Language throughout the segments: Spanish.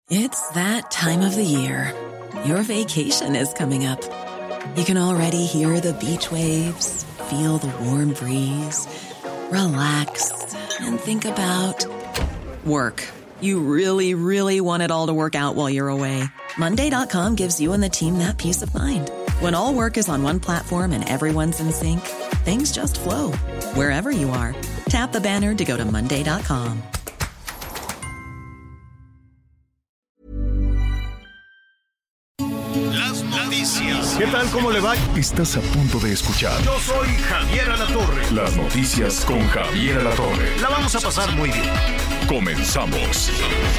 It's that time of the year. Your vacation is coming up. You can already hear the beach waves, feel the warm breeze, relax, and think about work. You really, really want it all to work out while you're away. Monday.com gives you and the team that peace of mind. When all work is on one platform and everyone's in sync, things just flow. Wherever you are, tap the banner to go to Monday.com. Las noticias. ¿Qué tal? ¿Cómo le va? Estás a punto de escuchar. Yo soy Javier Alatorre. Las noticias con Javier Alatorre. La vamos a pasar muy bien. Comenzamos.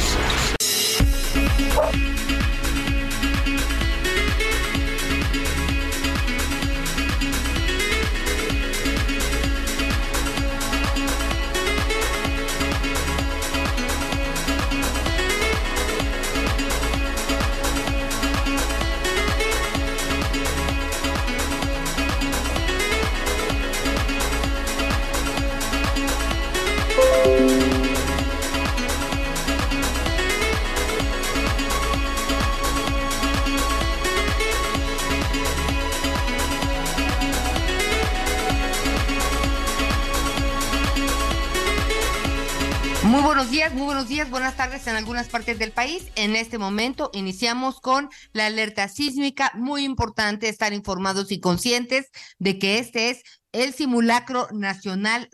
Muy buenos días, buenas tardes en algunas partes del país. En este momento iniciamos con la alerta sísmica. Muy importante estar informados y conscientes de que este es el Simulacro Nacional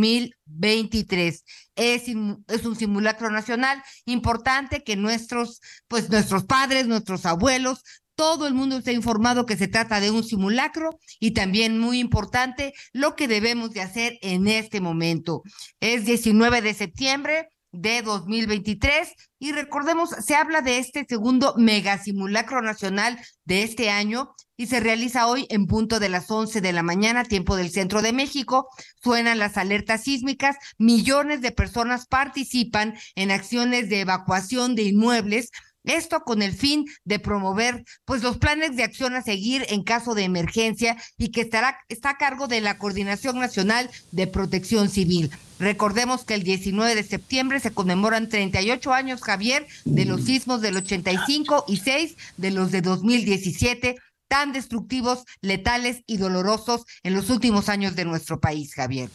2023. Es un simulacro nacional importante que nuestros padres, nuestros abuelos, todo el mundo está informado que se trata de un simulacro y también muy importante lo que debemos de hacer en este momento. Es 19 de septiembre de 2023 y recordemos, se habla de este segundo megasimulacro nacional de este año y se realiza hoy en punto de las 11 de la mañana, tiempo del centro de México. Suenan las alertas sísmicas, millones de personas participan en acciones de evacuación de inmuebles. Esto con el fin de promover los planes de acción a seguir en caso de emergencia y que está a cargo de la Coordinación Nacional de Protección Civil. Recordemos que el 19 de septiembre se conmemoran 38 años, Javier, de los sismos del 85 y 6 de los de 2017, tan destructivos, letales y dolorosos en los últimos años de nuestro país, Javier.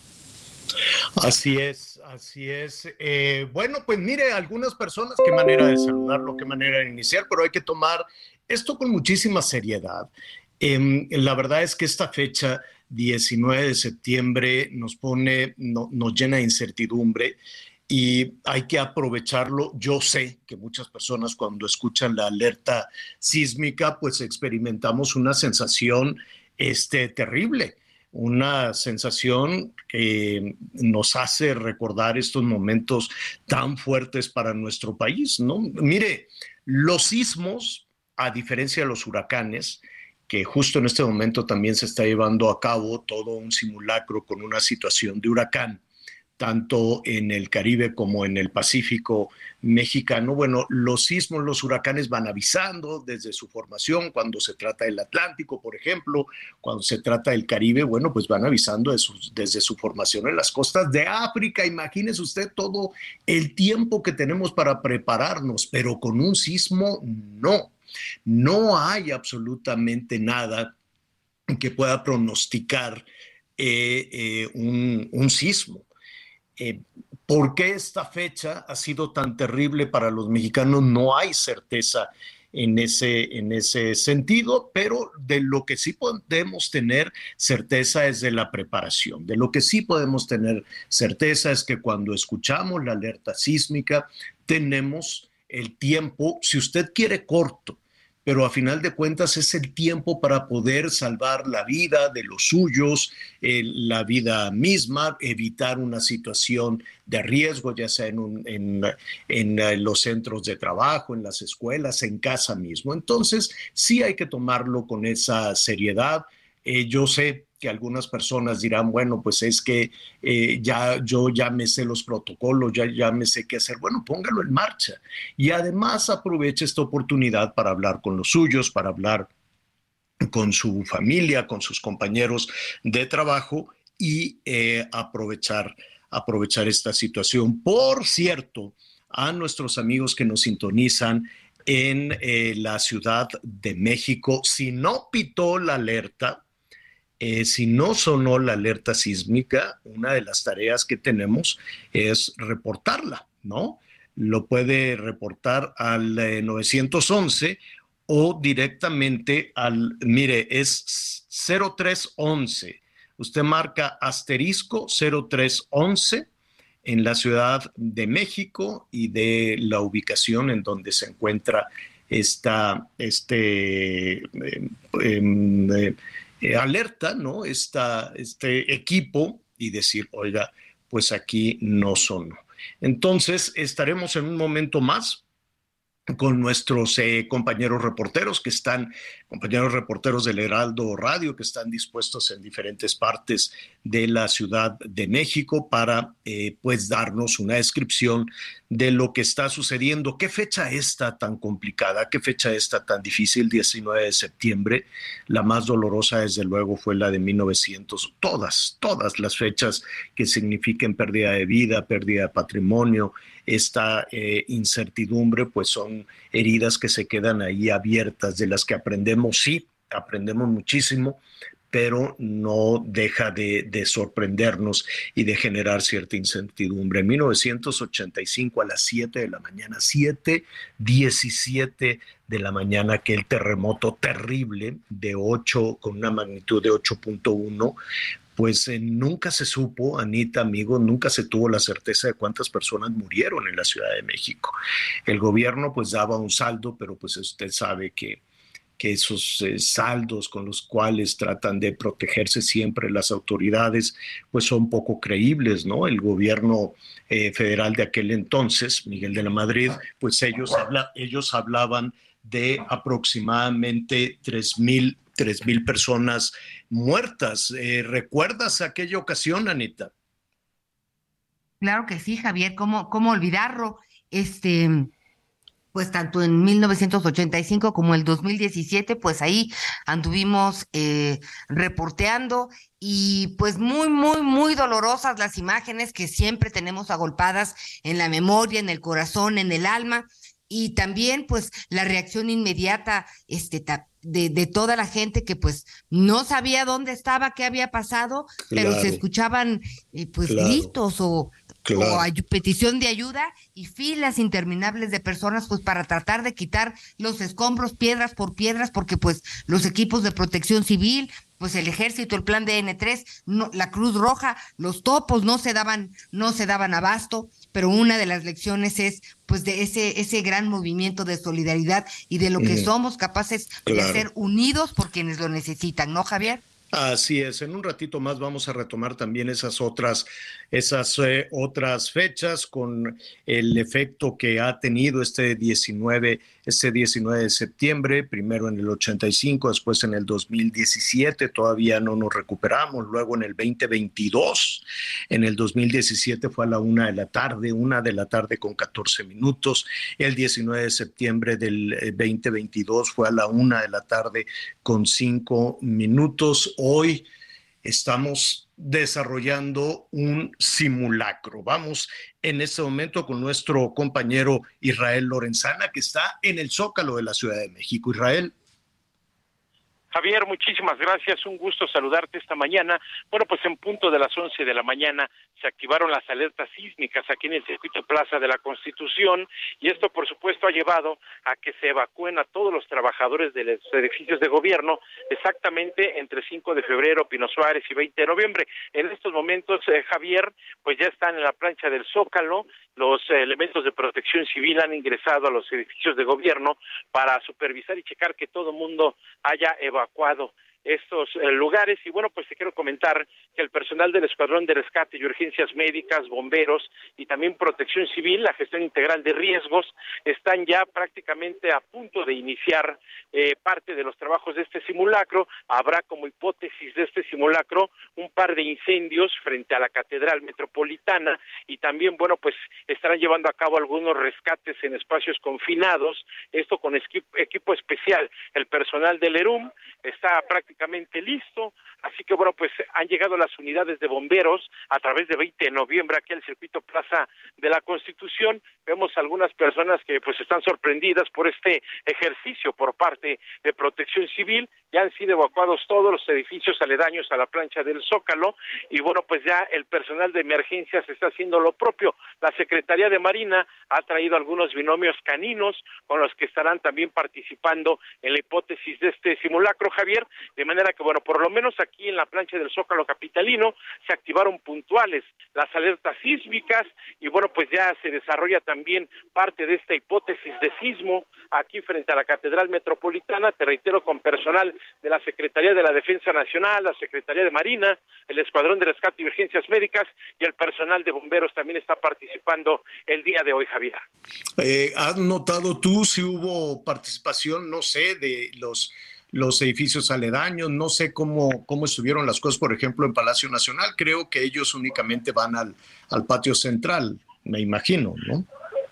Así es, así es. Bueno, pues mire, algunas personas, qué manera de saludarlo, qué manera de iniciar, pero hay que tomar esto con muchísima seriedad. La verdad es que esta fecha, 19 de septiembre, nos llena de incertidumbre y hay que aprovecharlo. Yo sé que muchas personas cuando escuchan la alerta sísmica, pues experimentamos una sensación terrible. Una sensación que nos hace recordar estos momentos tan fuertes para nuestro país, ¿no? Mire, los sismos, a diferencia de los huracanes, que justo en este momento también se está llevando a cabo todo un simulacro con una situación de huracán, tanto en el Caribe como en el Pacífico mexicano. Bueno, los sismos, los huracanes van avisando desde su formación. Cuando se trata del Atlántico, por ejemplo, cuando se trata del Caribe, bueno, pues van avisando desde su formación en las costas de África. Imagínese usted todo el tiempo que tenemos para prepararnos, pero con un sismo no hay absolutamente nada que pueda pronosticar un sismo. ¿Por qué esta fecha ha sido tan terrible para los mexicanos? No hay certeza en ese sentido, pero de lo que sí podemos tener certeza es de la preparación. De lo que sí podemos tener certeza es que cuando escuchamos la alerta sísmica tenemos el tiempo, si usted quiere corto, pero a final de cuentas es el tiempo para poder salvar la vida de los suyos, la vida misma, evitar una situación de riesgo, ya sea en los centros de trabajo, en las escuelas, en casa mismo. Entonces, sí hay que tomarlo con esa seriedad. Yo sé que algunas personas dirán, bueno, pues es que yo ya me sé los protocolos, ya me sé qué hacer. Bueno, póngalo en marcha. Y además aproveche esta oportunidad para hablar con los suyos, para hablar con su familia, con sus compañeros de trabajo y aprovechar esta situación. Por cierto, a nuestros amigos que nos sintonizan en la Ciudad de México. Si no pitó la alerta, si no sonó la alerta sísmica, una de las tareas que tenemos es reportarla, ¿no? Lo puede reportar al 911 o directamente mire, es 0311. Usted marca asterisco 0311 en la Ciudad de México y de la ubicación en donde se encuentra alerta, ¿no? Este equipo, y decir, oiga, pues aquí no sonó. Entonces, estaremos en un momento más con nuestros compañeros reporteros compañeros reporteros del Heraldo Radio, que están dispuestos en diferentes partes de la Ciudad de México para pues darnos una descripción de lo que está sucediendo. ¿Qué fecha esta tan complicada? ¿Qué fecha esta tan difícil? 19 de septiembre. La más dolorosa, desde luego, fue la de 1900. Todas las fechas que signifiquen pérdida de vida, pérdida de patrimonio, esta incertidumbre, pues son heridas que se quedan ahí abiertas, de las que aprendemos, sí, aprendemos muchísimo, pero no deja de sorprendernos y de generar cierta incertidumbre. En 1985 a las 7 de la mañana, 7:17 de la mañana, aquel terremoto terrible con una magnitud de 8.1, pues nunca se supo, Anita, amigo, nunca se tuvo la certeza de cuántas personas murieron en la Ciudad de México. El gobierno pues daba un saldo, pero pues usted sabe que esos saldos con los cuales tratan de protegerse siempre las autoridades, pues son poco creíbles, ¿no? El gobierno federal de aquel entonces, Miguel de la Madrid, pues ellos hablaban de aproximadamente 3,000 personas muertas. ¿Recuerdas aquella ocasión, Anita? Claro que sí, Javier, ¿cómo olvidarlo? Pues tanto en 1985 como el 2017, pues ahí anduvimos reporteando, y pues muy, muy, muy dolorosas las imágenes que siempre tenemos agolpadas en la memoria, en el corazón, en el alma, y también pues la reacción inmediata de toda la gente que pues no sabía dónde estaba, qué había pasado, pero se escuchaban pues gritos o petición de ayuda, y filas interminables de personas pues para tratar de quitar los escombros piedras por piedras, porque pues los equipos de protección civil, pues el ejército, el plan de N3, la Cruz Roja, los topos no se daban abasto. Pero una de las lecciones es pues de ese gran movimiento de solidaridad y de lo que somos capaces de hacer unidos por quienes lo necesitan, ¿no, Javier? Así es, en un ratito más vamos a retomar también esas otras fechas con el efecto que ha tenido este 19 de septiembre, primero en el 85, después en el 2017, todavía no nos recuperamos, luego en el 2022, en el 2017 fue a la 1 de la tarde con 14 minutos, el 19 de septiembre del 2022 fue a la 1 de la tarde con 5 minutos. Hoy estamos desarrollando un simulacro. Vamos en este momento con nuestro compañero Israel Lorenzana, que está en el Zócalo de la Ciudad de México. Israel. Javier, muchísimas gracias, un gusto saludarte esta mañana. Bueno, pues en punto de las 11 de la mañana se activaron las alertas sísmicas aquí en el circuito Plaza de la Constitución, y esto por supuesto ha llevado a que se evacúen a todos los trabajadores de los edificios de gobierno exactamente entre 5 de febrero, Pino Suárez, y 20 de noviembre. En estos momentos, Javier, pues ya están en la plancha del Zócalo. Los elementos de protección civil han ingresado a los edificios de gobierno para supervisar y checar que todo el mundo haya evacuado estos lugares. Y bueno, pues te quiero comentar que el personal del Escuadrón de Rescate y Urgencias Médicas, bomberos y también Protección Civil, la gestión integral de riesgos, están ya prácticamente a punto de iniciar parte de los trabajos de este simulacro. Habrá como hipótesis de este simulacro un par de incendios frente a la Catedral Metropolitana, y también, bueno, pues estarán llevando a cabo algunos rescates en espacios confinados, esto con equipo especial. El personal del ERUM está prácticamente listo, así que bueno, pues han llegado las unidades de bomberos a través de 20 de noviembre aquí al circuito Plaza de la Constitución. Vemos algunas personas que pues están sorprendidas por este ejercicio por parte de Protección Civil. Ya han sido evacuados todos los edificios aledaños a la plancha del Zócalo y bueno, pues ya el personal de emergencias está haciendo lo propio. La Secretaría de Marina ha traído algunos binomios caninos con los que estarán también participando en la hipótesis de este simulacro, Javier, de manera que bueno, por lo menos aquí en la plancha del Zócalo capitalino se activaron puntuales las alertas sísmicas y bueno, pues ya se desarrolla también parte de esta hipótesis de sismo aquí frente a la Catedral Metropolitana, te reitero, con personal de la Secretaría de la Defensa Nacional, la Secretaría de Marina, el Escuadrón de Rescate y Emergencias Médicas y el personal de bomberos también está participando el día de hoy, Javier. ¿Has notado tú si hubo participación, no sé, de los edificios aledaños? No sé cómo estuvieron las cosas, por ejemplo, en Palacio Nacional. Creo que ellos únicamente van al patio central, me imagino, ¿no?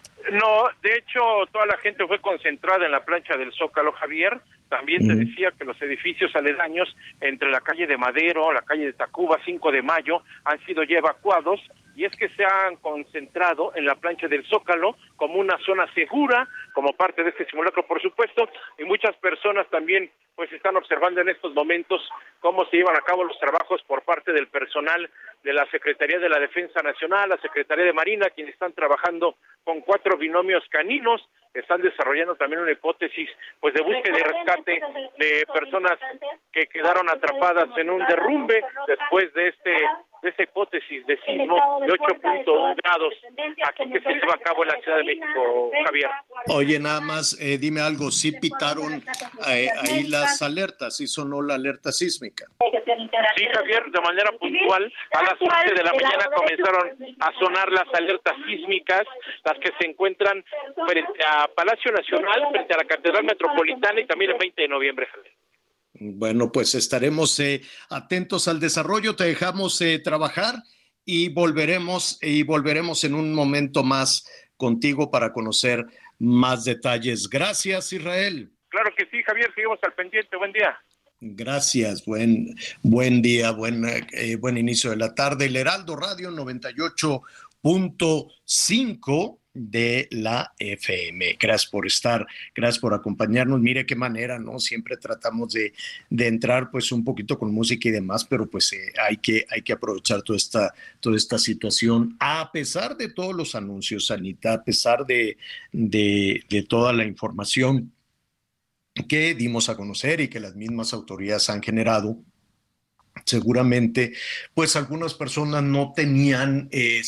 No, de hecho, toda la gente fue concentrada en la plancha del Zócalo, Javier. También te decía que los edificios aledaños entre la calle de Madero, la calle de Tacuba, 5 de Mayo, han sido ya evacuados, y es que se han concentrado en la plancha del Zócalo como una zona segura, como parte de este simulacro, por supuesto, y muchas personas también pues están observando en estos momentos cómo se llevan a cabo los trabajos por parte del personal de la Secretaría de la Defensa Nacional, la Secretaría de Marina, quienes están trabajando con 4 binomios caninos, están desarrollando también una hipótesis pues de búsqueda y rescate de personas que quedaron atrapadas en un derrumbe después de esta hipótesis de sismo de 8.1 grados aquí que se lleva a cabo en la Ciudad de México, Javier. Oye, nada más, dime algo, ¿sí pitaron ahí las alertas? ¿Sí sonó la alerta sísmica? Sí, Javier, de manera puntual, a las 11 de la mañana comenzaron a sonar las alertas sísmicas, las que se encuentran frente a Palacio Nacional, frente a la Catedral Metropolitana y también el 20 de noviembre, Javier. Bueno, pues estaremos atentos al desarrollo, te dejamos trabajar y volveremos en un momento más contigo para conocer más detalles. Gracias, Israel. Claro que sí, Javier, seguimos al pendiente. Buen día. Gracias, buen día, buen inicio de la tarde. El Heraldo Radio 98.5 de la FM. Gracias por acompañarnos. Mire qué manera, ¿no? Siempre tratamos de entrar pues un poquito con música y demás, pero pues hay que aprovechar toda esta situación, a pesar de todos los anuncios, Anita, a pesar de toda la información que dimos a conocer y que las mismas autoridades han generado. Seguramente, pues algunas personas no tenían el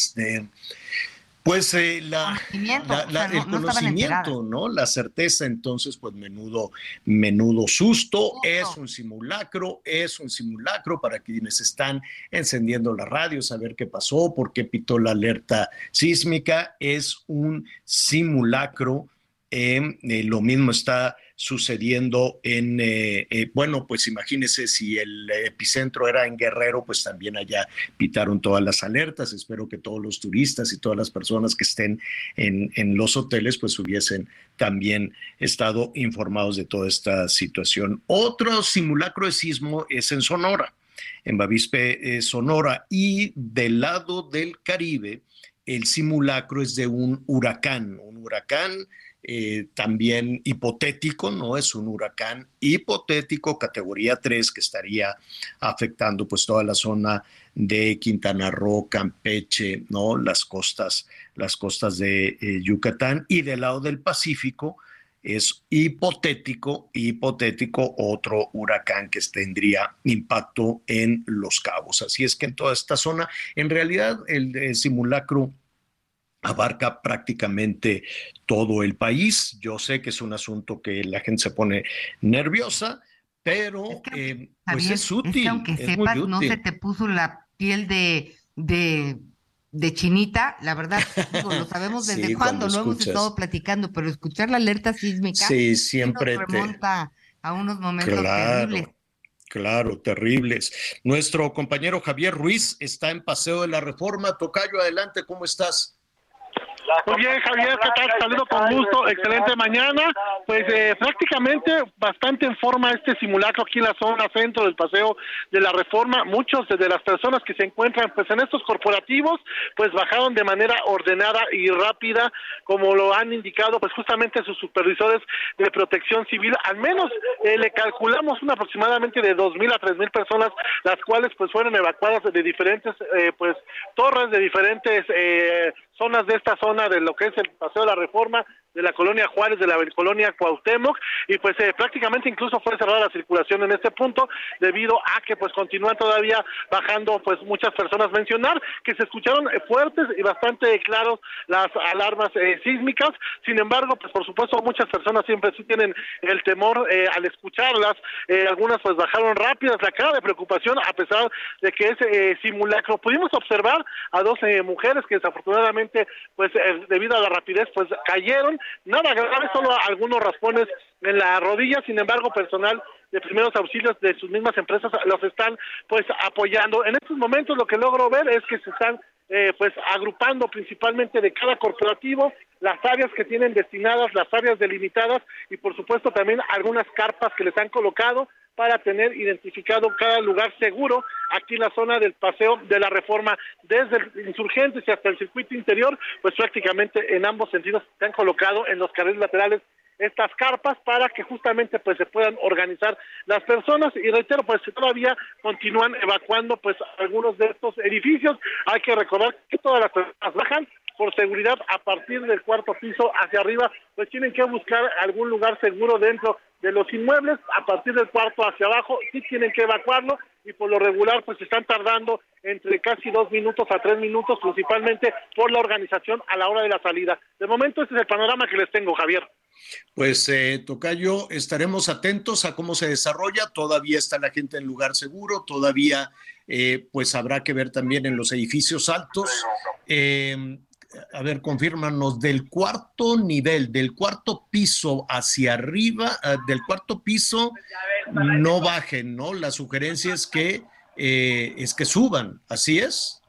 conocimiento, ¿no? La certeza. Entonces, pues menudo susto. Es un simulacro para quienes están encendiendo la radio, saber qué pasó, por qué pitó la alerta sísmica. Es un simulacro. Lo mismo está sucediendo bueno, pues imagínese si el epicentro era en Guerrero, pues también allá pitaron todas las alertas. Espero que todos los turistas y todas las personas que estén en los hoteles pues hubiesen también estado informados de toda esta situación. Otro simulacro de sismo es en Sonora, en Bavispe, Sonora, y del lado del Caribe el simulacro es de un huracán también hipotético, ¿no? Es un huracán hipotético categoría 3 que estaría afectando pues toda la zona de Quintana Roo, Campeche, ¿no? Las costas de Yucatán, y del lado del Pacífico es hipotético otro huracán que tendría impacto en Los Cabos. Así es que en toda esta zona, en realidad el simulacro abarca prácticamente todo el país. Yo sé que es un asunto que la gente se pone nerviosa, pero pues es útil. Es que aunque sepas, no se te puso la piel de chinita, la verdad, digo, lo sabemos desde sí, cuando lo hemos estado platicando, pero escuchar la alerta sísmica sí, siempre nos remonta a unos momentos terribles. Claro, terribles. Nuestro compañero Javier Ruiz está en Paseo de la Reforma. Tocayo, adelante, ¿cómo estás? Muy bien, Javier, ¿qué tal? Saludo con gusto, excelente mañana. Pues prácticamente bastante en forma este simulacro aquí en la zona centro del Paseo de la Reforma. Muchos de las personas que se encuentran pues en estos corporativos pues bajaron de manera ordenada y rápida, como lo han indicado pues justamente sus supervisores de protección civil. Al menos le calculamos aproximadamente de 2,000 a 3,000 personas, las cuales pues fueron evacuadas de diferentes pues torres, de diferentes zonas de esta zona de lo que es el Paseo de la Reforma, de la colonia Juárez, de la colonia Cuauhtémoc, y pues prácticamente incluso fue cerrada la circulación en este punto debido a que pues continúan todavía bajando pues muchas personas. Mencionar que se escucharon fuertes y bastante claros las alarmas sísmicas. Sin embargo, pues por supuesto muchas personas siempre sí tienen el temor al escucharlas. Algunas pues bajaron rápidas la cara de preocupación a pesar de que ese simulacro. Pudimos observar a 12 mujeres que desafortunadamente pues debido a la rapidez pues cayeron. Nada grave, solo algunos raspones en la rodilla. Sin embargo, personal de primeros auxilios de sus mismas empresas los están pues apoyando. En estos momentos lo que logro ver es que se están pues agrupando principalmente de cada corporativo las áreas que tienen destinadas, las áreas delimitadas y por supuesto también algunas carpas que les han colocado para tener identificado cada lugar seguro aquí en la zona del Paseo de la Reforma, desde el Insurgentes y hasta el circuito interior, pues prácticamente en ambos sentidos se han colocado en los carriles laterales estas carpas para que justamente pues se puedan organizar las personas. Y reitero, pues todavía continúan evacuando pues algunos de estos edificios. Hay que recordar que todas las personas bajan por seguridad a partir del cuarto piso hacia arriba, pues tienen que buscar algún lugar seguro dentro de los inmuebles. A partir del cuarto hacia abajo sí tienen que evacuarlo y por lo regular pues están tardando entre casi 2 minutos a 3 minutos, principalmente por la organización a la hora de la salida. De momento este es el panorama que les tengo, Javier. Pues tocayo, estaremos atentos a cómo se desarrolla. Todavía está la gente en lugar seguro, todavía pues habrá que ver también en los edificios altos. A ver, confírmanos, del cuarto nivel, del cuarto piso hacia arriba, del cuarto piso no bajen, ¿no? La sugerencia es que suban, ¿así es?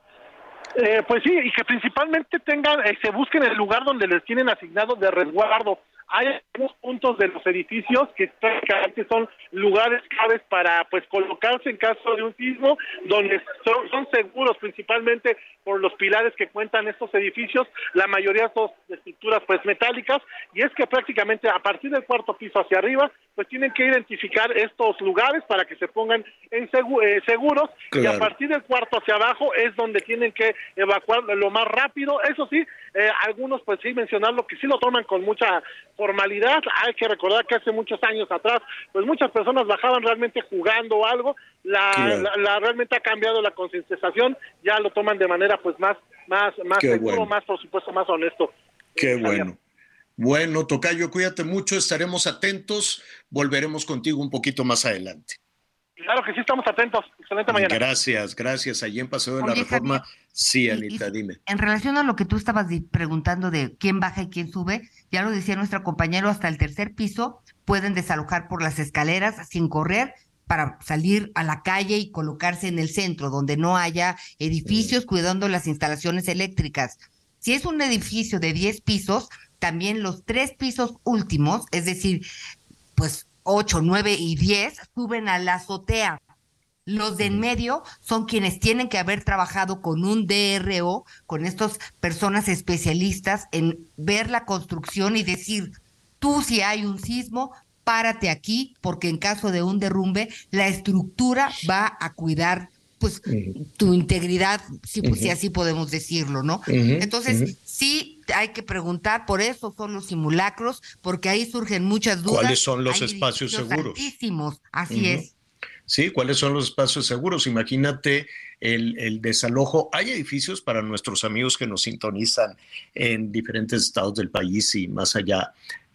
Pues sí, y que principalmente se busquen el lugar donde les tienen asignado de resguardo. Hay algunos puntos de los edificios que prácticamente son lugares claves para pues colocarse en caso de un sismo, donde son seguros principalmente por los pilares que cuentan estos edificios. La mayoría son de estructuras pues metálicas, y es que prácticamente a partir del cuarto piso hacia arriba pues tienen que identificar estos lugares para que se pongan en seguros, claro. Y a partir del cuarto hacia abajo es donde tienen que evacuar lo más rápido. Eso sí, algunos pues sí mencionarlo que sí lo toman con mucha formalidad. Hay que recordar que hace muchos años atrás pues muchas personas bajaban realmente jugando o algo. Realmente ha cambiado la concientización, ya lo toman de manera pues más seguro, bueno. Más por supuesto más honesto. Qué bueno. Bueno, tocayo, cuídate mucho, estaremos atentos, volveremos contigo un poquito más adelante. Claro que sí, estamos atentos. Excelente mañana. Gracias. Allí en Paseo de la Reforma. Javier, sí, Anita, dime. En relación a lo que tú estabas preguntando de quién baja y quién sube, ya lo decía nuestro compañero, hasta el tercer piso pueden desalojar por las escaleras sin correr para salir a la calle y colocarse en el centro, donde no haya edificios cuidando las instalaciones eléctricas. Si es un edificio de 10 pisos, también los 3 pisos últimos, es decir, pues 8, 9 y 10, suben a la azotea. Los de en medio son quienes tienen que haber trabajado con un DRO, con estas personas especialistas en ver la construcción y decir, tú si hay un sismo, párate aquí, porque en caso de un derrumbe, la estructura va a cuidar pues tu integridad, si así podemos decirlo, ¿no? Entonces, sí hay que preguntar, por eso son los simulacros, porque ahí surgen muchas dudas. ¿Cuáles son los espacios seguros? Altísimos, así es. Sí, ¿cuáles son los espacios seguros? Imagínate el desalojo. Hay edificios para nuestros amigos que nos sintonizan en diferentes estados del país y más allá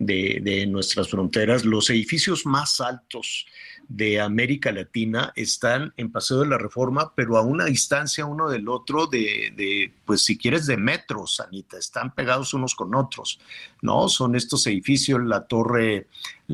de nuestras fronteras. Los edificios más altos de América Latina están en Paseo de la Reforma, pero a una distancia uno del otro pues si quieres de metros, Anita, están pegados unos con otros, ¿no? Son estos edificios, la torre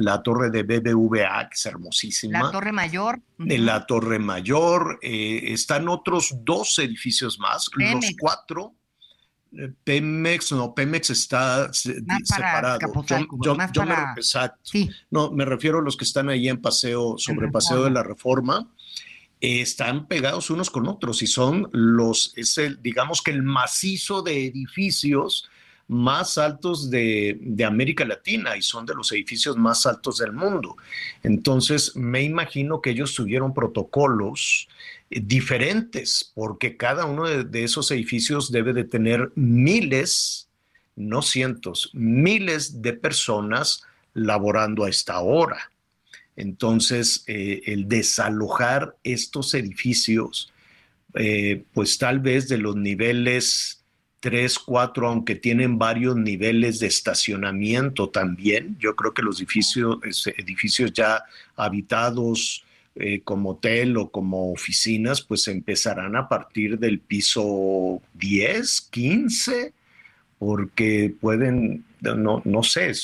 de BBVA, que es hermosísima. La Torre Mayor. La Torre Mayor, están otros 2 edificios más, los 4 Pemex está Más para separado. Azcapotzalco, más para... Exacto. Sí. No, me refiero a los que están ahí en Paseo, sobre Paseo de la Reforma. Están pegados unos con otros y son digamos que el macizo de edificios más altos de América Latina y son de los edificios más altos del mundo. Entonces, me imagino que ellos tuvieron protocolos diferentes, porque cada uno de esos edificios debe de tener miles, no cientos, miles de personas laborando a esta hora. Entonces, el desalojar estos edificios, pues tal vez de los niveles 3, 4, aunque tienen varios niveles de estacionamiento también. Yo creo que los edificios ya habitados como hotel o como oficinas, pues empezarán a partir del piso 10, 15, porque pueden, no sé,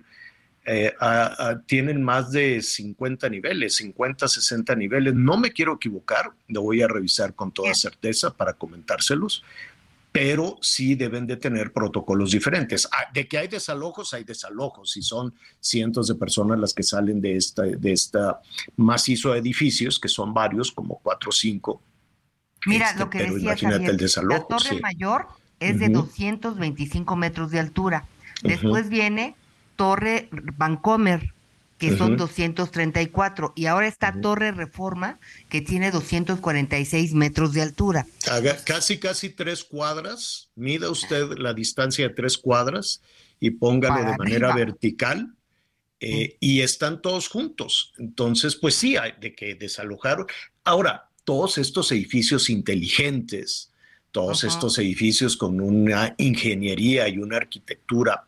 tienen más de 50 niveles, 50, 60 niveles. No me quiero equivocar, lo voy a revisar con toda certeza para comentárselos, pero sí deben de tener protocolos diferentes. De que hay desalojos, y son cientos de personas las que salen de esta macizo de edificios, que son varios, como 4 o 5. Mira, lo que pero decía imagínate Javier, el desalojo. la Torre Mayor es de 225 metros de altura. Después viene Torre Vancomer, que son 234, y ahora está Torre Reforma, que tiene 246 metros de altura. Casi 3 cuadras, mida usted la distancia de 3 cuadras y póngalo Para de manera arriba. vertical, y están todos juntos. Entonces, pues sí, hay de que desalojar. Ahora, todos estos edificios inteligentes, todos estos edificios con una ingeniería y una arquitectura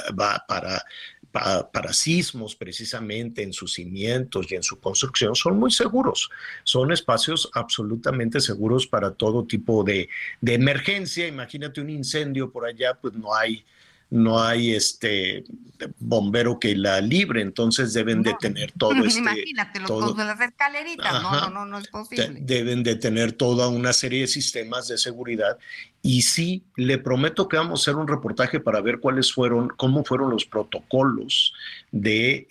para sismos, precisamente en sus cimientos y en su construcción, son muy seguros. Son espacios absolutamente seguros para todo tipo de emergencia. Imagínate un incendio por allá, pues no hay bombero que la libre, entonces deben de tener todo Imagínate con las escaleritas. No es posible. Deben de tener toda una serie de sistemas de seguridad. Y sí, le prometo que vamos a hacer un reportaje para ver cómo fueron los protocolos de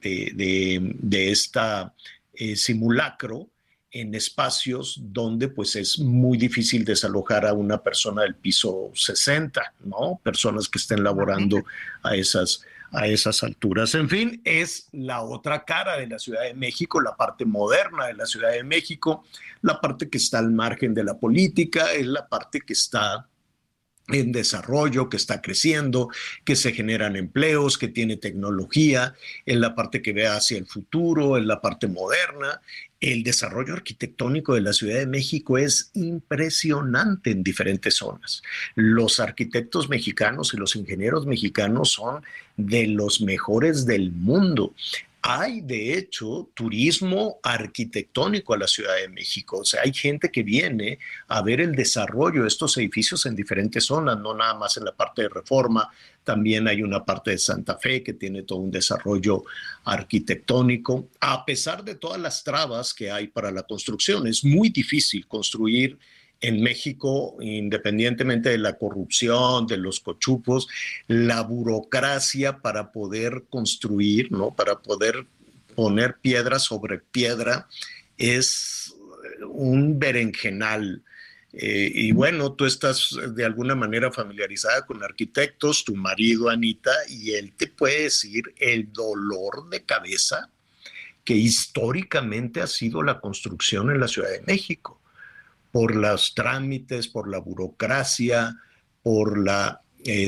esta simulacro en espacios donde pues es muy difícil desalojar a una persona del piso 60, ¿no? Personas que estén laborando a esas alturas. En fin, es la otra cara de la Ciudad de México, la parte moderna de la Ciudad de México, la parte que está al margen de la política, es la parte que está en desarrollo, que está creciendo, que se generan empleos, que tiene tecnología, es la parte que ve hacia el futuro, es la parte moderna. El desarrollo arquitectónico de la Ciudad de México es impresionante en diferentes zonas. Los arquitectos mexicanos y los ingenieros mexicanos son de los mejores del mundo. Hay, de hecho, turismo arquitectónico a la Ciudad de México. O sea, hay gente que viene a ver el desarrollo de estos edificios en diferentes zonas, no nada más en la parte de Reforma. También hay una parte de Santa Fe que tiene todo un desarrollo arquitectónico. A pesar de todas las trabas que hay para la construcción, es muy difícil construir en México, independientemente de la corrupción, de los cochupos, la burocracia para poder construir, ¿no? Para poder poner piedra sobre piedra es un berenjenal. Y bueno, tú estás de alguna manera familiarizada con arquitectos, tu marido, Anita, y él te puede decir el dolor de cabeza que históricamente ha sido la construcción en la Ciudad de México, por los trámites, por la burocracia, por la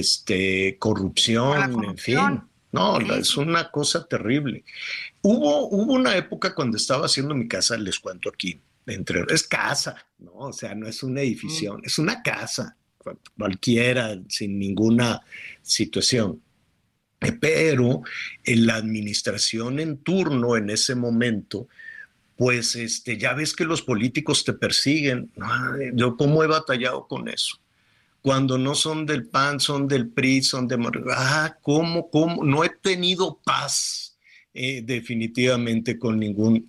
corrupción, en fin. No, es una cosa terrible. Hubo una época cuando estaba haciendo mi casa, les cuento aquí, es casa, ¿no? O sea, no es una edificación, es una casa, cualquiera, sin ninguna situación. Pero en la administración en turno en ese momento, pues ya ves que los políticos te persiguen. Ay, yo cómo he batallado con eso. Cuando no son del PAN, son del PRI, son de Morena. ¿Cómo? No he tenido paz definitivamente con ningún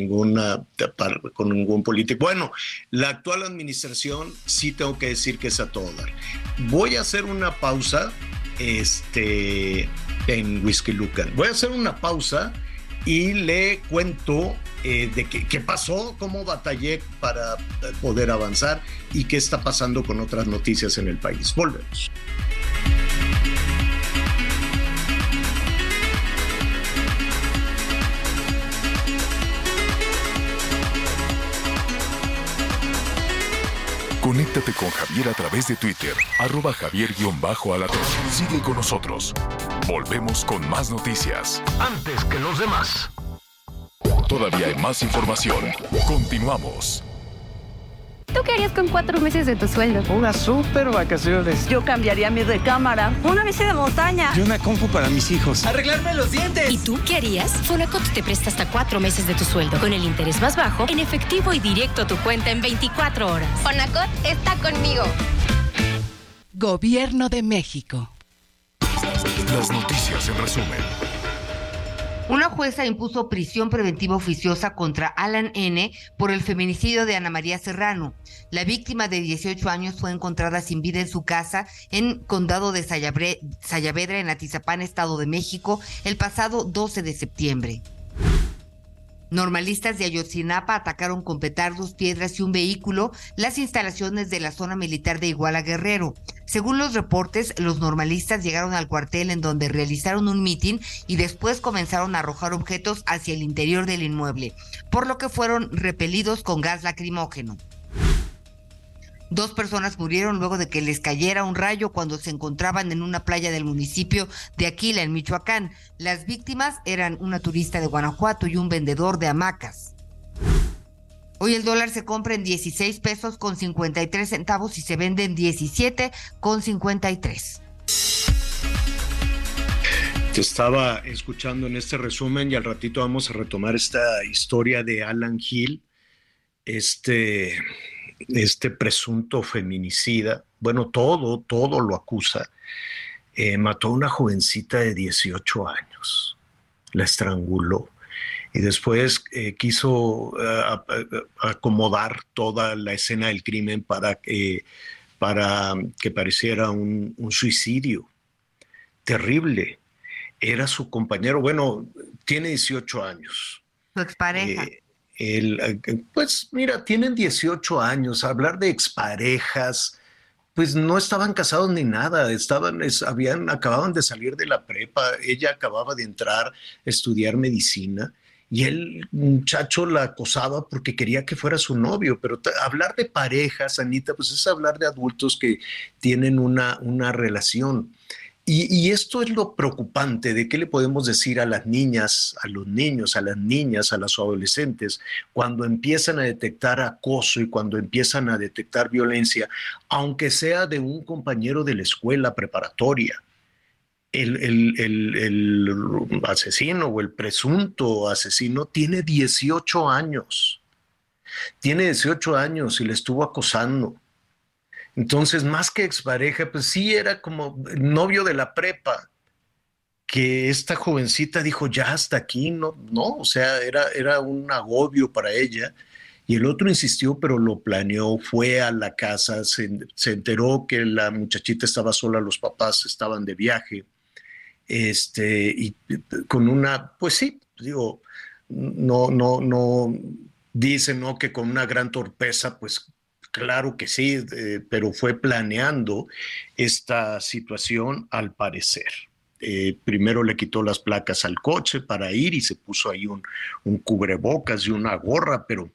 político. Bueno, la actual administración sí tengo que decir que es a todo dar. Voy a hacer una pausa en Whisky Lucan. Voy a hacer una pausa y le cuento de qué pasó, cómo batallé para poder avanzar y qué está pasando con otras noticias en el país. Volvemos. Conéctate con Javier a través de Twitter, @Javier_Alatorre. Sigue con nosotros. Volvemos con más noticias. Antes que los demás. Todavía hay más información. Continuamos. ¿Tú qué harías con 4 meses de tu sueldo? Unas super vacaciones. Yo cambiaría mi recámara. Una bici de montaña. Y una compu para mis hijos. ¡Arreglarme los dientes! ¿Y tú qué harías? Fonacot te presta hasta 4 meses de tu sueldo, con el interés más bajo, en efectivo y directo a tu cuenta en 24 horas. Fonacot está conmigo. Gobierno de México. Las noticias en resumen. Una jueza impuso prisión preventiva oficiosa contra Alan N. por el feminicidio de Ana María Serrano. La víctima de 18 años fue encontrada sin vida en su casa en Condado de Sayavedra, en Atizapán, Estado de México, el pasado 12 de septiembre. Normalistas de Ayotzinapa atacaron con petardos, piedras y un vehículo las instalaciones de la zona militar de Iguala Guerrero. Según los reportes, los normalistas llegaron al cuartel en donde realizaron un mitin y después comenzaron a arrojar objetos hacia el interior del inmueble, por lo que fueron repelidos con gas lacrimógeno. 2 personas murieron luego de que les cayera un rayo cuando se encontraban en una playa del municipio de Aquila, en Michoacán. Las víctimas eran una turista de Guanajuato y un vendedor de hamacas. Hoy el dólar se compra en 16 pesos con 53 centavos y se vende en 17 con 53. Te estaba escuchando en este resumen y al ratito vamos a retomar esta historia de Alan Hill, este presunto feminicida. Bueno, todo lo acusa. Mató a una jovencita de 18 años, la estranguló y después quiso acomodar toda la escena del crimen para que pareciera un suicidio. Terrible. Era su compañero, bueno, tiene 18 años. Su expareja. Pues mira, tienen 18 años, hablar de exparejas, pues no estaban casados ni nada, acababan de salir de la prepa, ella acababa de entrar a estudiar medicina y el muchacho la acosaba porque quería que fuera su novio, pero hablar de parejas, Anita, pues es hablar de adultos que tienen una relación. Y esto es lo preocupante de qué le podemos decir a las niñas, a los niños, a las niñas, a los adolescentes, cuando empiezan a detectar acoso y cuando empiezan a detectar violencia, aunque sea de un compañero de la escuela preparatoria. El asesino o el presunto asesino tiene 18 años. Tiene 18 años y le estuvo acosando. Entonces, más que expareja, pues sí era como el novio de la prepa, que esta jovencita dijo, ya hasta aquí, no, o sea, era un agobio para ella. Y el otro insistió, pero lo planeó, fue a la casa, se enteró que la muchachita estaba sola, los papás estaban de viaje, y con una, pues sí, digo, no, dicen, ¿no?, que con una gran torpeza, pues, claro que sí, pero fue planeando esta situación al parecer. Primero le quitó las placas al coche para ir y se puso ahí un cubrebocas y una gorra, pero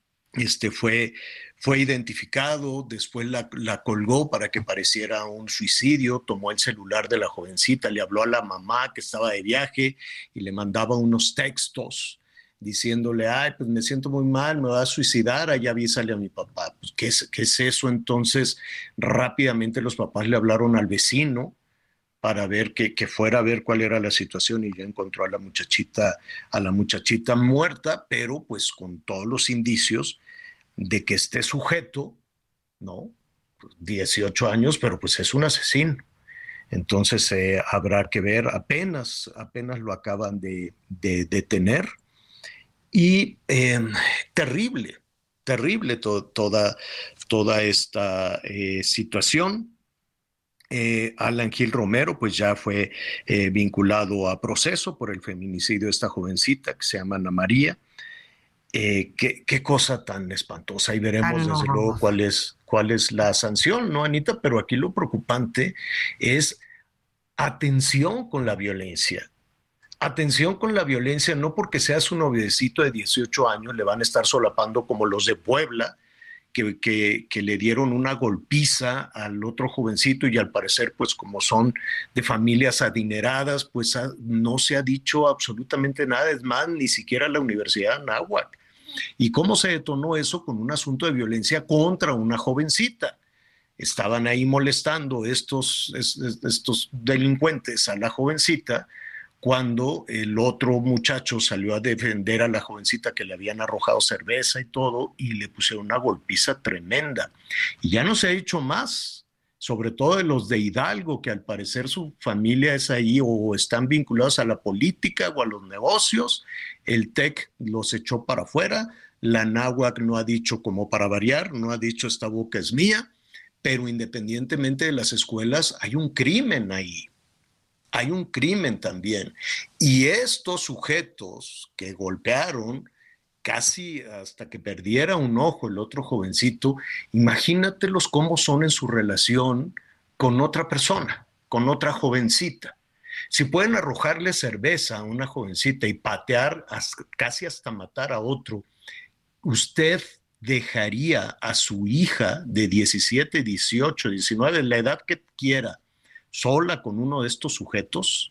fue identificado, después la colgó para que pareciera un suicidio, tomó el celular de la jovencita, le habló a la mamá que estaba de viaje y le mandaba unos textos diciéndole, ay, pues me siento muy mal, me voy a suicidar, allá avísale a mi papá. Pues, ¿qué es eso? Entonces, rápidamente los papás le hablaron al vecino para ver que fuera a ver cuál era la situación y ya encontró a la muchachita muerta, pero pues con todos los indicios de que este sujeto, ¿no? 18 años, pero pues es un asesino. Entonces habrá que ver, apenas lo acaban de detener. Y terrible toda esta situación. Alan Gil Romero pues ya fue vinculado a proceso por el feminicidio de esta jovencita que se llama Ana María. Qué cosa tan espantosa, y veremos desde luego cuál es la sanción, ¿no, Anita? Pero aquí lo preocupante es atención con la violencia. Atención con la violencia, no porque seas un noviecito de 18 años le van a estar solapando como los de Puebla, que le dieron una golpiza al otro jovencito, y al parecer, pues como son de familias adineradas, pues no se ha dicho absolutamente nada, es más, ni siquiera la Universidad de Anáhuac. ¿Y cómo se detonó eso? Con un asunto de violencia contra una jovencita. Estaban ahí molestando estos delincuentes a la jovencita, cuando el otro muchacho salió a defender a la jovencita, que le habían arrojado cerveza y todo, y le pusieron una golpiza tremenda. Y ya no se ha dicho más, sobre todo de los de Hidalgo, que al parecer su familia es ahí o están vinculados a la política o a los negocios. El TEC los echó para afuera, la Anáhuac no ha dicho, como para variar, no ha dicho esta boca es mía, pero independientemente de las escuelas hay un crimen ahí. Hay un crimen también. Y estos sujetos que golpearon casi hasta que perdiera un ojo el otro jovencito, imagínatelos cómo son en su relación con otra persona, con otra jovencita. Si pueden arrojarle cerveza a una jovencita y patear casi hasta matar a otro, ¿usted dejaría a su hija de 17, 18, 19, la edad que quiera, sola con uno de estos sujetos?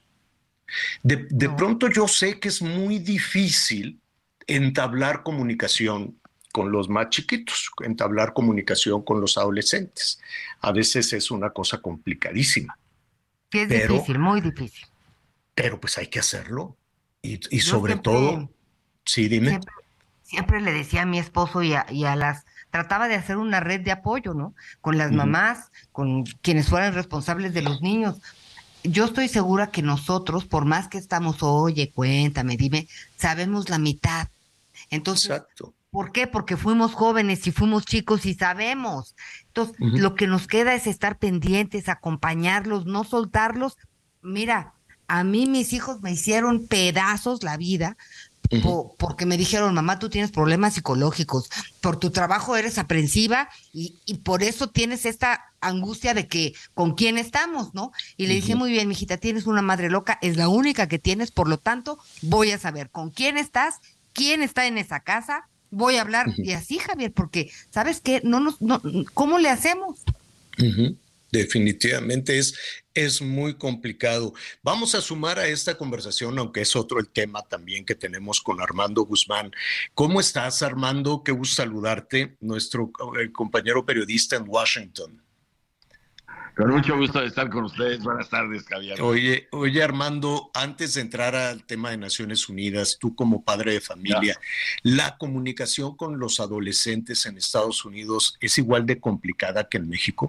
De pronto yo sé que es muy difícil entablar comunicación con los más chiquitos, entablar comunicación con los adolescentes. A veces es una cosa complicadísima. Sí, es difícil, muy difícil. Pero pues hay que hacerlo. Y sobre todo, sí, dime. Siempre le decía a mi esposo y a las... Trataba de hacer una red de apoyo, ¿no? Con las mamás, con quienes fueran responsables de los niños. Yo estoy segura que nosotros, por más que estamos, oye, cuéntame, dime, sabemos la mitad. Entonces, exacto. ¿Por qué? Porque fuimos jóvenes y fuimos chicos y sabemos. Entonces, lo que nos queda es estar pendientes, acompañarlos, no soltarlos. Mira, a mí mis hijos me hicieron pedazos la vida, porque me dijeron, mamá, tú tienes problemas psicológicos, por tu trabajo eres aprensiva y por eso tienes esta angustia de que con quién estamos, ¿no? Y le dije, muy bien, mijita, tienes una madre loca, es la única que tienes, por lo tanto, voy a saber con quién estás, quién está en esa casa, voy a hablar, y así, Javier, porque, ¿sabes qué? ¿Cómo le hacemos? Definitivamente es muy complicado. Vamos a sumar a esta conversación, aunque es otro el tema también que tenemos con Armando Guzmán. ¿Cómo estás, Armando? Qué gusto saludarte, nuestro compañero periodista en Washington. Con mucho gusto de estar con ustedes. Buenas tardes, Javier. Oye, Armando, antes de entrar al tema de Naciones Unidas, tú como padre de familia, ¿la comunicación con los adolescentes en Estados Unidos es igual de complicada que en México?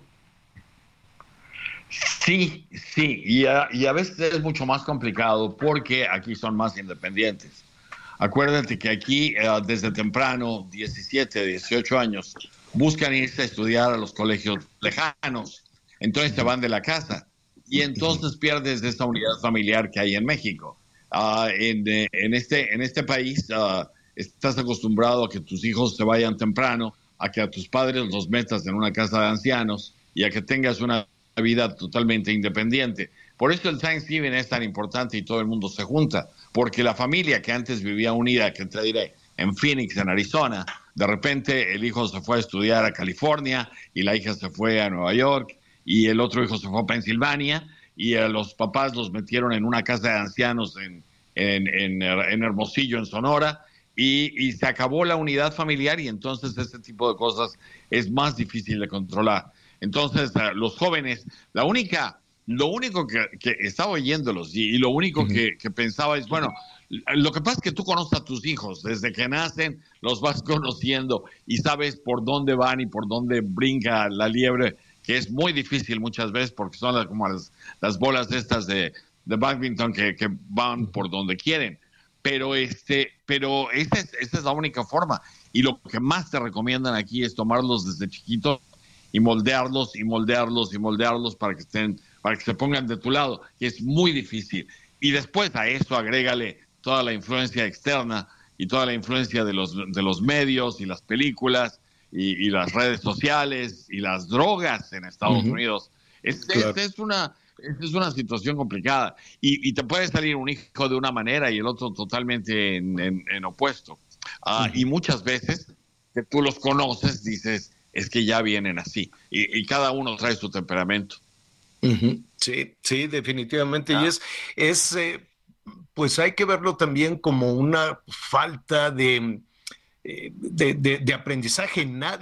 Sí, y a veces es mucho más complicado porque aquí son más independientes. Acuérdate que aquí desde temprano, 17, 18 años, buscan irse a estudiar a los colegios lejanos, entonces te van de la casa y entonces pierdes esta unidad familiar que hay en México. En este país estás acostumbrado a que tus hijos se vayan temprano, a que a tus padres los metas en una casa de ancianos y a que tengas una vida totalmente independiente. Por eso el Thanksgiving es tan importante y todo el mundo se junta, porque la familia que antes vivía unida, que te diré, en Phoenix, en Arizona, de repente el hijo se fue a estudiar a California y la hija se fue a Nueva York y el otro hijo se fue a Pensilvania y a los papás los metieron en una casa de ancianos en Hermosillo, en Sonora, y se acabó la unidad familiar y entonces ese tipo de cosas es más difícil de controlar. Entonces, los jóvenes, lo único que estaba oyéndolos y lo único que pensaba es, bueno, lo que pasa es que tú conoces a tus hijos, desde que nacen los vas conociendo y sabes por dónde van y por dónde brinca la liebre que es muy difícil muchas veces porque son como las bolas estas de badminton que van por donde quieren. Pero esta es la única forma. Y lo que más te recomiendan aquí es tomarlos desde chiquitos y moldearlos para que se pongan de tu lado, que es muy difícil. Y después a eso agrégale toda la influencia externa y toda la influencia de los medios y las películas y las redes sociales y las drogas en Estados Unidos. Claro. Es una situación complicada y te puede salir un hijo de una manera y el otro totalmente en opuesto. Y muchas veces que tú los conoces dices, es que ya vienen así y cada uno trae su temperamento. Sí, definitivamente. Y pues hay que verlo también como una falta de aprendizaje.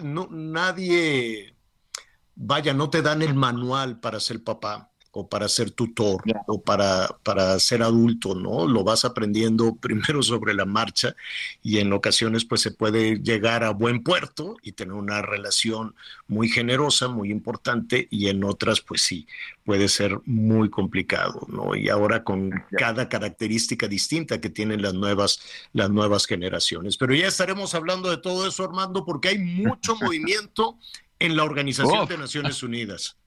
Nadie, no te dan el manual para ser papá o para ser tutor o para ser adulto, ¿no? Lo vas aprendiendo primero sobre la marcha y en ocasiones pues se puede llegar a buen puerto y tener una relación muy generosa, muy importante, y en otras pues sí, puede ser muy complicado, ¿no? Y ahora con cada característica distinta que tienen las nuevas generaciones. Pero ya estaremos hablando de todo eso, Armando, porque hay mucho movimiento en la Organización de Naciones Unidas.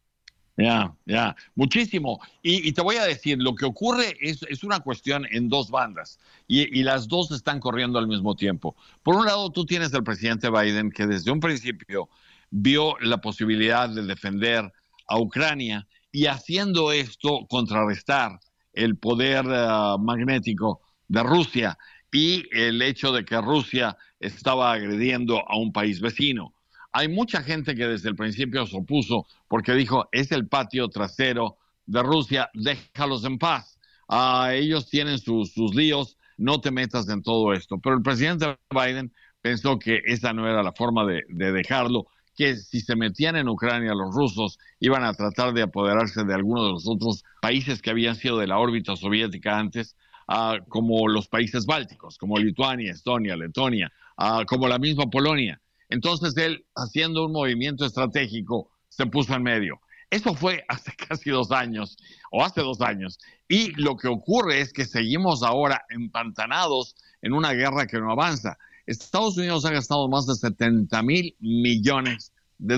Muchísimo. Y te voy a decir, lo que ocurre es una cuestión en dos bandas y las dos están corriendo al mismo tiempo. Por un lado, tú tienes al presidente Biden, que desde un principio vio la posibilidad de defender a Ucrania y haciendo esto contrarrestar el poder magnético de Rusia y el hecho de que Rusia estaba agrediendo a un país vecino. Hay mucha gente que desde el principio se opuso porque dijo, es el patio trasero de Rusia, déjalos en paz. Ellos tienen sus líos, no te metas en todo esto. Pero el presidente Biden pensó que esa no era la forma de dejarlo, que si se metían en Ucrania los rusos iban a tratar de apoderarse de algunos de los otros países que habían sido de la órbita soviética antes, como los países bálticos, como Lituania, Estonia, Letonia, como la misma Polonia. Entonces él, haciendo un movimiento estratégico, se puso en medio. Eso fue hace casi 2 años, o hace 2 años. Y lo que ocurre es que seguimos ahora empantanados en una guerra que no avanza. Estados Unidos ha gastado más de $70,000 millones.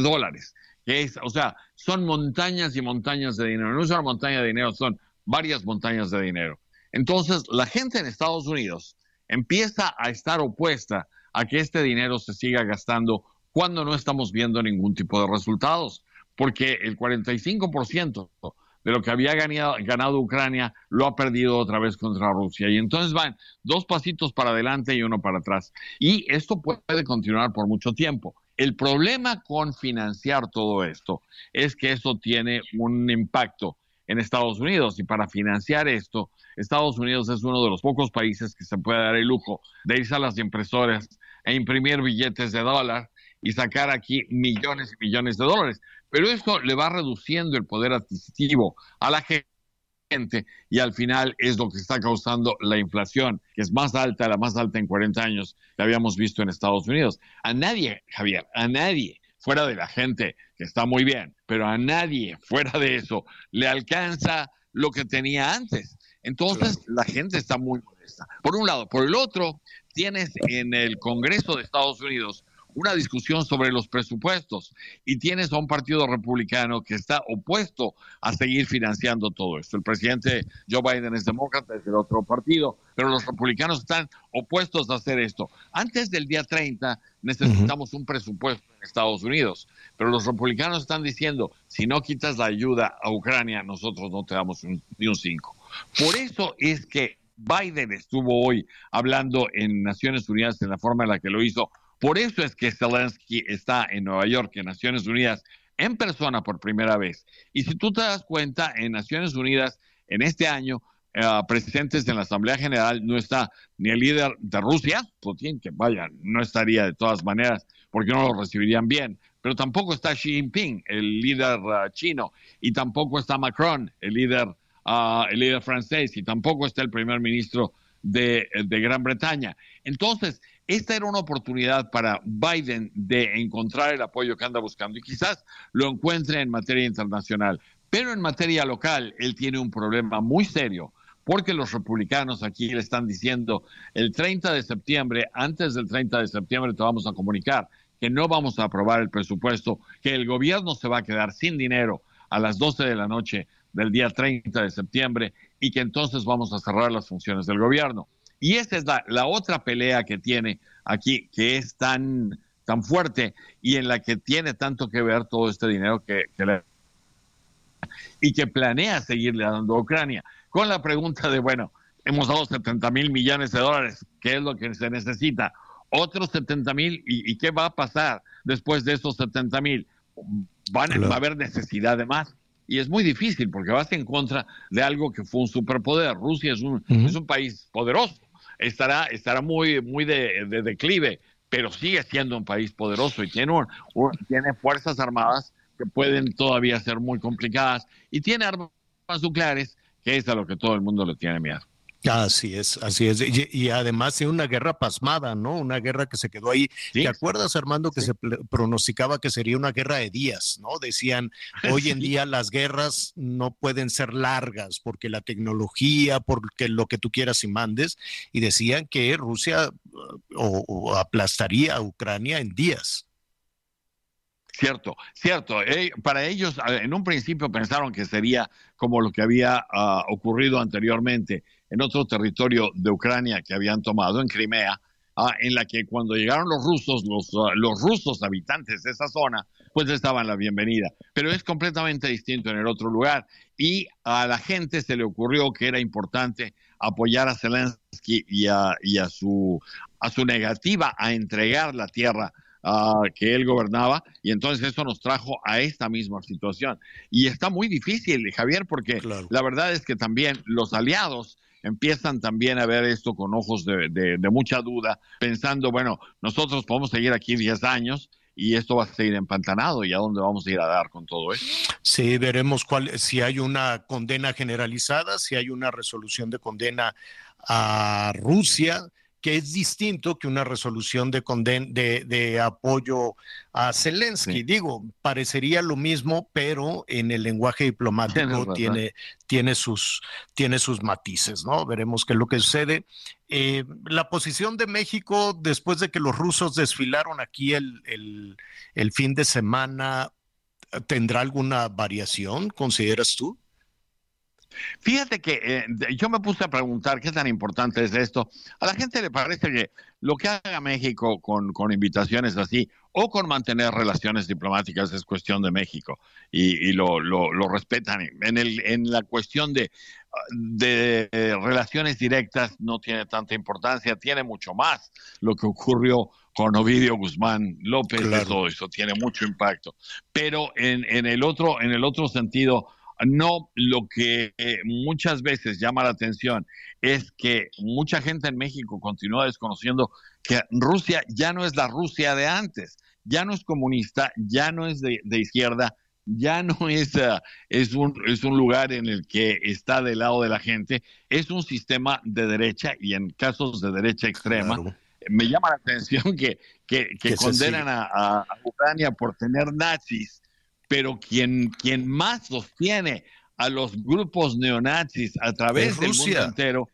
O sea, son montañas y montañas de dinero. No es una montaña de dinero, son varias montañas de dinero. Entonces, la gente en Estados Unidos empieza a estar opuesta a que este dinero se siga gastando cuando no estamos viendo ningún tipo de resultados, porque el 45% de lo que había ganado Ucrania lo ha perdido otra vez contra Rusia, y entonces van 2 pasitos para adelante y 1 para atrás, y esto puede continuar por mucho tiempo. El problema con financiar todo esto es que eso tiene un impacto en Estados Unidos, y para financiar esto, Estados Unidos es uno de los pocos países que se puede dar el lujo de irse a las impresoras e imprimir billetes de dólar y sacar aquí millones y millones de dólares. Pero esto le va reduciendo el poder adquisitivo a la gente y al final es lo que está causando la inflación, que es la más alta en 40 años que habíamos visto en Estados Unidos. A nadie, Javier, a nadie, fuera de la gente, que está muy bien, pero a nadie fuera de eso le alcanza lo que tenía antes. Entonces, la gente está muy molesta. Por un lado. Por el otro, tienes en el Congreso de Estados Unidos una discusión sobre los presupuestos y tienes a un partido republicano que está opuesto a seguir financiando todo esto. El presidente Joe Biden es demócrata, es del otro partido, pero los republicanos están opuestos a hacer esto. Antes del día 30 necesitamos un presupuesto en Estados Unidos, pero los republicanos están diciendo, si no quitas la ayuda a Ucrania, nosotros no te damos ni un 5. Por eso es que Biden estuvo hoy hablando en Naciones Unidas en la forma en la que lo hizo. Por eso es que Zelensky está en Nueva York, en Naciones Unidas, en persona por primera vez. Y si tú te das cuenta, en Naciones Unidas, en este año, presentes en la Asamblea General, no está ni el líder de Rusia, Putin, que vaya, no estaría de todas maneras, porque no lo recibirían bien, pero tampoco está Xi Jinping, el líder chino, y tampoco está Macron, el líder francés, y tampoco está el primer ministro de Gran Bretaña. Entonces, esta era una oportunidad para Biden de encontrar el apoyo que anda buscando y quizás lo encuentre en materia internacional. Pero en materia local, él tiene un problema muy serio, porque los republicanos aquí le están diciendo el 30 de septiembre, antes del 30 de septiembre te vamos a comunicar que no vamos a aprobar el presupuesto, que el gobierno se va a quedar sin dinero a las 12 de la noche del día 30 de septiembre y que entonces vamos a cerrar las funciones del gobierno. Y esa es la otra pelea que tiene aquí, que es tan fuerte y en la que tiene tanto que ver todo este dinero y que planea seguirle dando a Ucrania. Con la pregunta de, bueno, hemos dado 70,000 millones de dólares, ¿qué es lo que se necesita? Otros 70,000, ¿y qué va a pasar después de esos 70,000? Va a haber necesidad de más. Y es muy difícil porque vas en contra de algo que fue un superpoder. Rusia es un país poderoso. Estará muy de declive, pero sigue siendo un país poderoso y tiene fuerzas armadas que pueden todavía ser muy complicadas y tiene armas nucleares, que es a lo que todo el mundo le tiene miedo. Así es. Y además tiene una guerra pasmada, ¿no? Una guerra que se quedó ahí. ¿Sí? ¿Te acuerdas, Armando, que se pronosticaba que sería una guerra de días, ¿no? Decían, hoy en día las guerras no pueden ser largas porque la tecnología, porque lo que tú quieras y mandes, y decían que Rusia o aplastaría a Ucrania en días. Cierto. Para ellos, en un principio pensaron que sería como lo que había ocurrido anteriormente en otro territorio de Ucrania que habían tomado, en Crimea, en la que cuando llegaron los rusos habitantes de esa zona, pues les daban la bienvenida. Pero es completamente distinto en el otro lugar. Y a la gente se le ocurrió que era importante apoyar a Zelensky y a su negativa a entregar la tierra que él gobernaba, y entonces eso nos trajo a esta misma situación. Y está muy difícil, Javier, porque la verdad es que también los aliados empiezan también a ver esto con ojos de mucha duda, pensando, bueno, nosotros podemos seguir aquí 10 años y esto va a seguir empantanado, ¿y a dónde vamos a ir a dar con todo esto? Sí, veremos si hay una condena generalizada, si hay una resolución de condena a Rusia, que es distinto que una resolución de apoyo a Zelensky. Sí. Digo, parecería lo mismo, pero en el lenguaje diplomático tiene sus matices, ¿no? Veremos qué es lo que sucede. La posición de México, después de que los rusos desfilaron aquí el fin de semana, ¿tendrá alguna variación, consideras tú? Fíjate que yo me puse a preguntar qué tan importante es esto. A la gente le parece que lo que haga México con invitaciones así o con mantener relaciones diplomáticas es cuestión de México y lo respetan. En la cuestión de relaciones directas no tiene tanta importancia, tiene mucho más lo que ocurrió con Ovidio Guzmán López. Claro. Eso tiene mucho impacto. Pero en el otro sentido, no, lo que muchas veces llama la atención es que mucha gente en México continúa desconociendo que Rusia ya no es la Rusia de antes, ya no es comunista, ya no es de izquierda, ya no es un lugar en el que está del lado de la gente, es un sistema de derecha y en casos de derecha extrema. Claro. Me llama la atención que condenan a Ucrania por tener nazis, pero quien más sostiene a los grupos neonazis a través del mundo entero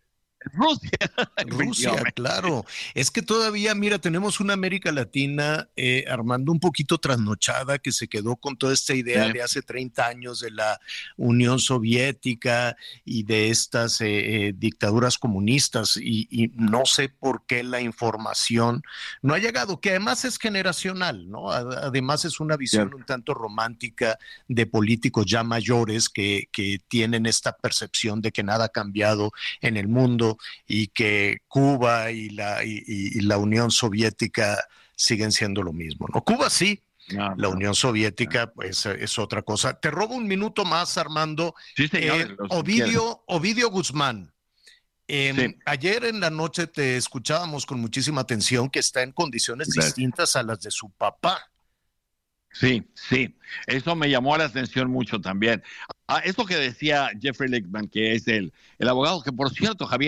es Rusia, claro. Es que todavía, mira, tenemos una América Latina, Armando, un poquito trasnochada, que se quedó con toda esta idea de hace 30 años de la Unión Soviética y de estas dictaduras comunistas, y no sé por qué la información no ha llegado, que además es generacional, ¿no? Además es una visión un tanto romántica de políticos ya mayores que tienen esta percepción de que nada ha cambiado en el mundo y que Cuba y la Unión Soviética siguen siendo lo mismo, ¿no? Cuba sí, la Unión Soviética pues es otra cosa. Te robo un minuto más, Armando. Sí, señor. Ovidio Guzmán. Sí. Ayer en la noche te escuchábamos con muchísima atención, que está en condiciones distintas a las de su papá. Sí, eso me llamó la atención mucho también. Esto que decía Jeffrey Lichtman, que es el abogado, que por cierto, Javier,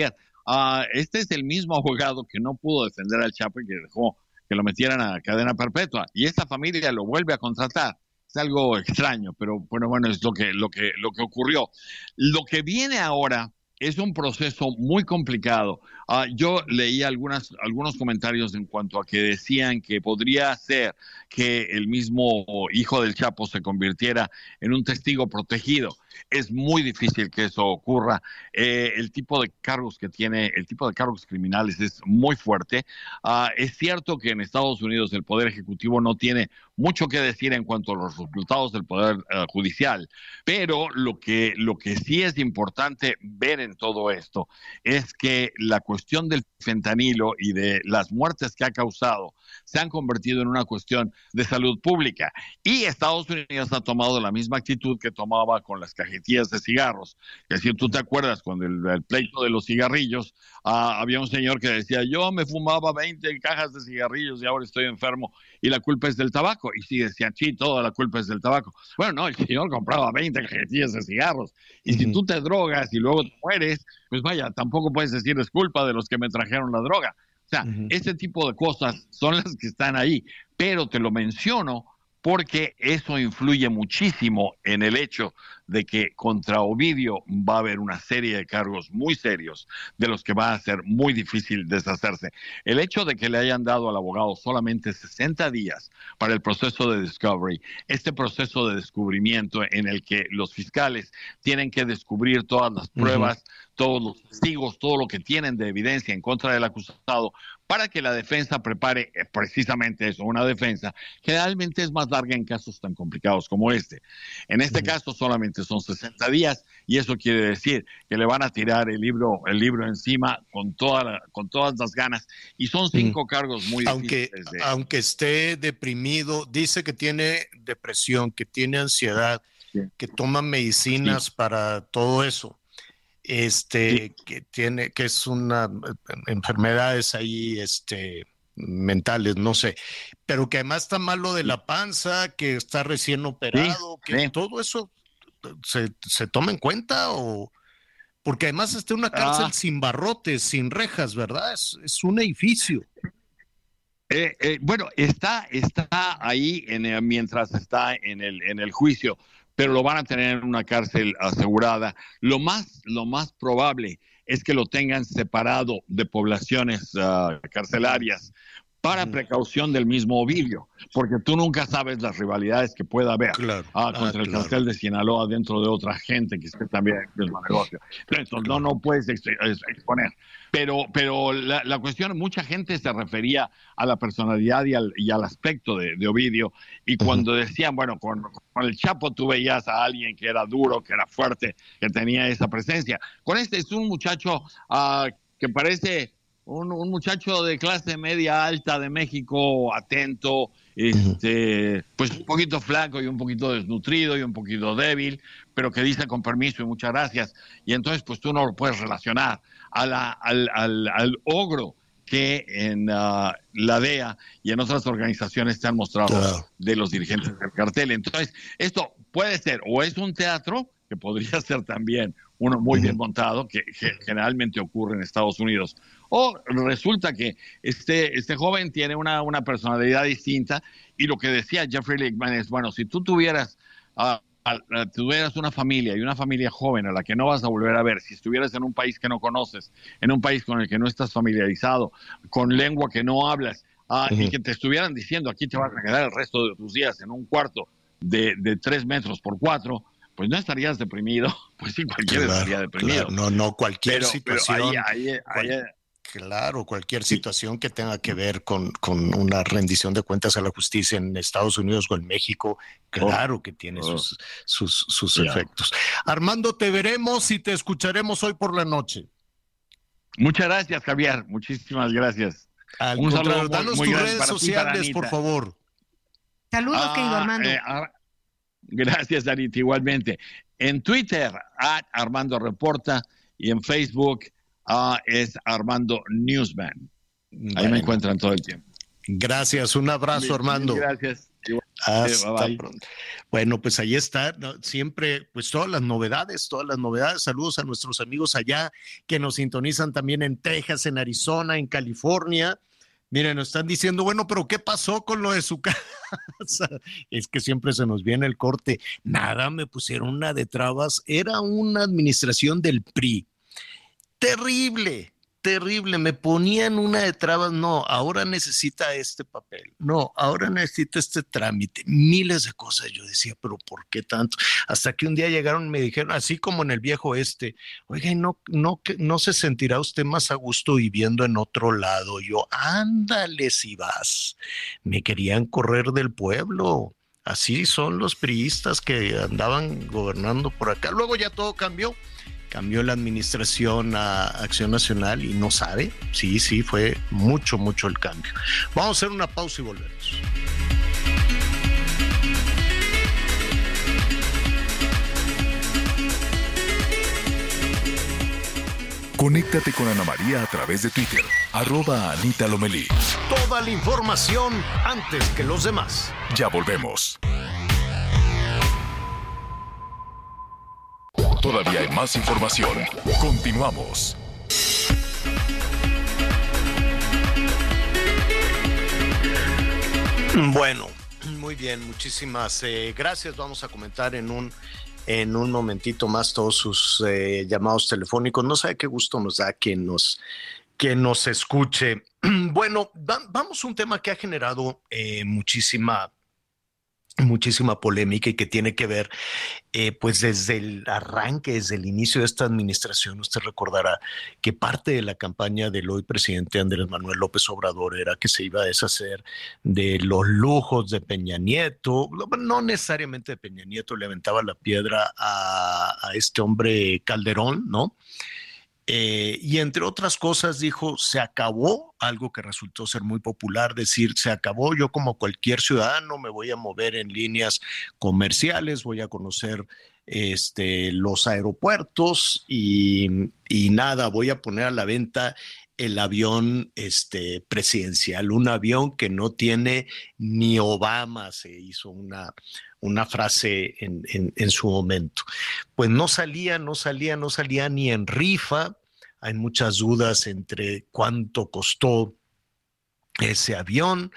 este es el mismo abogado que no pudo defender al Chapo y que dejó que lo metieran a cadena perpetua. Y esta familia lo vuelve a contratar. Es algo extraño, pero bueno, es lo que ocurrió. Lo que viene ahora es un proceso muy complicado. Yo leí algunos comentarios en cuanto a que decían que podría ser que el mismo hijo del Chapo se convirtiera en un testigo protegido. Es muy difícil que eso ocurra. El tipo de cargos que tiene, el tipo de cargos criminales es muy fuerte. Es cierto que en Estados Unidos el Poder Ejecutivo no tiene mucho que decir en cuanto a los resultados del Poder Judicial, pero lo que sí es importante ver en todo esto es que la cuestión del fentanilo y de las muertes que ha causado se han convertido en una cuestión de salud pública. Y Estados Unidos ha tomado la misma actitud que tomaba con las cajetillas de cigarros. Es decir, tú te acuerdas cuando el pleito de los cigarrillos, había un señor que decía, yo me fumaba 20 cajas de cigarrillos y ahora estoy enfermo y la culpa es del tabaco. Y sí, decían, sí, toda la culpa es del tabaco. Bueno, no, el señor compraba 20 cajetillas de cigarros. Y si tú te drogas y luego te mueres, pues vaya, tampoco puedes decir es culpa de los que me trajeron la droga. O sea, ese tipo de cosas son las que están ahí. Pero te lo menciono porque eso influye muchísimo en el hecho de que contra Ovidio va a haber una serie de cargos muy serios de los que va a ser muy difícil deshacerse. El hecho de que le hayan dado al abogado solamente 60 días para el proceso de discovery, este proceso de descubrimiento en el que los fiscales tienen que descubrir todas las pruebas, todos los testigos, todo lo que tienen de evidencia en contra del acusado, para que la defensa prepare precisamente eso, una defensa que realmente es más larga en casos tan complicados como este. En este caso solamente son 60 días y eso quiere decir que le van a tirar el libro encima con todas las ganas y son 5 cargos muy difíciles. Aunque esté deprimido, dice que tiene depresión, que tiene ansiedad, que toma medicinas para todo eso. Que es una enfermedades ahí mentales, no sé, pero que además está malo de la panza, que está recién operado, todo eso se toma en cuenta, o porque además está en una cárcel sin barrotes, sin rejas, ¿verdad? Es un edificio. Bueno, está ahí mientras está en el juicio, pero lo van a tener en una cárcel asegurada. Lo más probable es que lo tengan separado de poblaciones carcelarias para precaución del mismo Ovidio, porque tú nunca sabes las rivalidades que pueda haber contra el cartel de Sinaloa dentro de otra gente que esté también en el mismo negocio. Entonces, no puedes exponer. Pero la cuestión, mucha gente se refería a la personalidad y al aspecto de Ovidio, y cuando decían, bueno, con el Chapo tú veías a alguien que era duro, que era fuerte, que tenía esa presencia. Con este es un muchacho que parece un muchacho de clase media alta de México, atento, pues un poquito flaco y un poquito desnutrido y un poquito débil, pero que dice con permiso y muchas gracias. Y entonces pues tú no lo puedes relacionar al ogro que en la DEA y en otras organizaciones te han mostrado de los dirigentes del cartel. Entonces, esto puede ser o es un teatro, que podría ser también uno muy bien montado, que generalmente ocurre en Estados Unidos, o resulta que este joven tiene una personalidad distinta, y lo que decía Jeffrey Lichtman es, bueno, si tú tuvieras una familia, y una familia joven a la que no vas a volver a ver, si estuvieras en un país que no conoces, en un país con el que no estás familiarizado, con lengua que no hablas, y que te estuvieran diciendo, aquí te vas a quedar el resto de tus días en un cuarto de 3 metros por 4, pues no estarías deprimido. Pues sí, cualquiera estaría deprimido. No, cualquier situación. Pero cualquier situación que tenga que ver con una rendición de cuentas a la justicia en Estados Unidos o en México, claro que tiene sus efectos. Armando, te veremos y te escucharemos hoy por la noche. Muchas gracias, Javier. Muchísimas gracias. Un saludo. Danos tus redes sociales, por favor. Saludos, querido Armando. Gracias, Anita, igualmente. En Twitter, Armando Reporta, y en Facebook es Armando Newsman. Ahí me encuentran todo el tiempo. Gracias, un abrazo, Armando. Gracias. Hasta pronto. Bueno, pues ahí está, ¿no? Siempre, pues todas las novedades. Saludos a nuestros amigos allá que nos sintonizan también en Texas, en Arizona, en California. Miren, nos están diciendo, bueno, pero ¿qué pasó con lo de su casa? Es que siempre se nos viene el corte. Nada, me pusieron una de trabas. Era una administración del PRI. Terrible. Me ponían una de trabas, no, ahora necesita este papel, no, ahora necesita este trámite, miles de cosas. Yo decía, pero ¿por qué tanto? Hasta que un día llegaron y me dijeron, así como en el viejo oiga, ¿no se sentirá usted más a gusto viviendo en otro lado? Yo, ándale si vas. Me querían correr del pueblo. Así son los priistas que andaban gobernando por acá. Luego ya todo cambió la administración a Acción Nacional y no sabe. Sí, fue mucho el cambio. Vamos a hacer una pausa y volvemos. Conéctate con Ana María a través de Twitter, @AnitaLomelí. Toda la información antes que los demás. Ya volvemos. Todavía hay más información. Continuamos. Bueno, muy bien, muchísimas gracias. Vamos a comentar en un momentito más todos sus llamados telefónicos. No sabe qué gusto nos da que nos escuche. Bueno, vamos a un tema que ha generado muchísima polémica y que tiene que ver, pues desde el arranque, desde el inicio de esta administración. Usted recordará que parte de la campaña del hoy presidente Andrés Manuel López Obrador era que se iba a deshacer de los lujos de Peña Nieto. No necesariamente de Peña Nieto, le aventaba la piedra a este hombre Calderón, ¿no? Y entre otras cosas dijo, se acabó, algo que resultó ser muy popular, decir, se acabó, yo como cualquier ciudadano me voy a mover en líneas comerciales, voy a conocer los aeropuertos y nada, voy a poner a la venta el avión presidencial, un avión que no tiene ni Obama, se hizo una frase en su momento. Pues no salía ni en rifa. Hay muchas dudas entre cuánto costó ese avión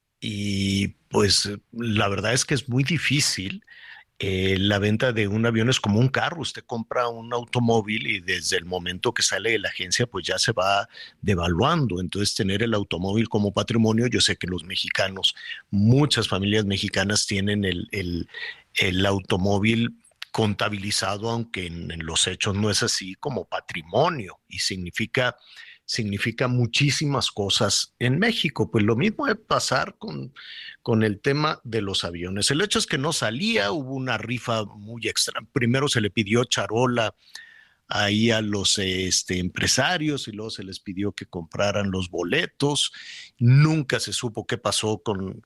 y pues la verdad es que es muy difícil. La venta de un avión es como un carro. Usted compra un automóvil y desde el momento que sale de la agencia pues ya se va devaluando. Entonces tener el automóvil como patrimonio, yo sé que los mexicanos, muchas familias mexicanas tienen el automóvil contabilizado, aunque en los hechos no es así, como patrimonio, y significa muchísimas cosas en México. Pues lo mismo debe pasar con el tema de los aviones. El hecho es que no salía, hubo una rifa muy extra. Primero se le pidió charola ahí a los empresarios y luego se les pidió que compraran los boletos. Nunca se supo qué pasó con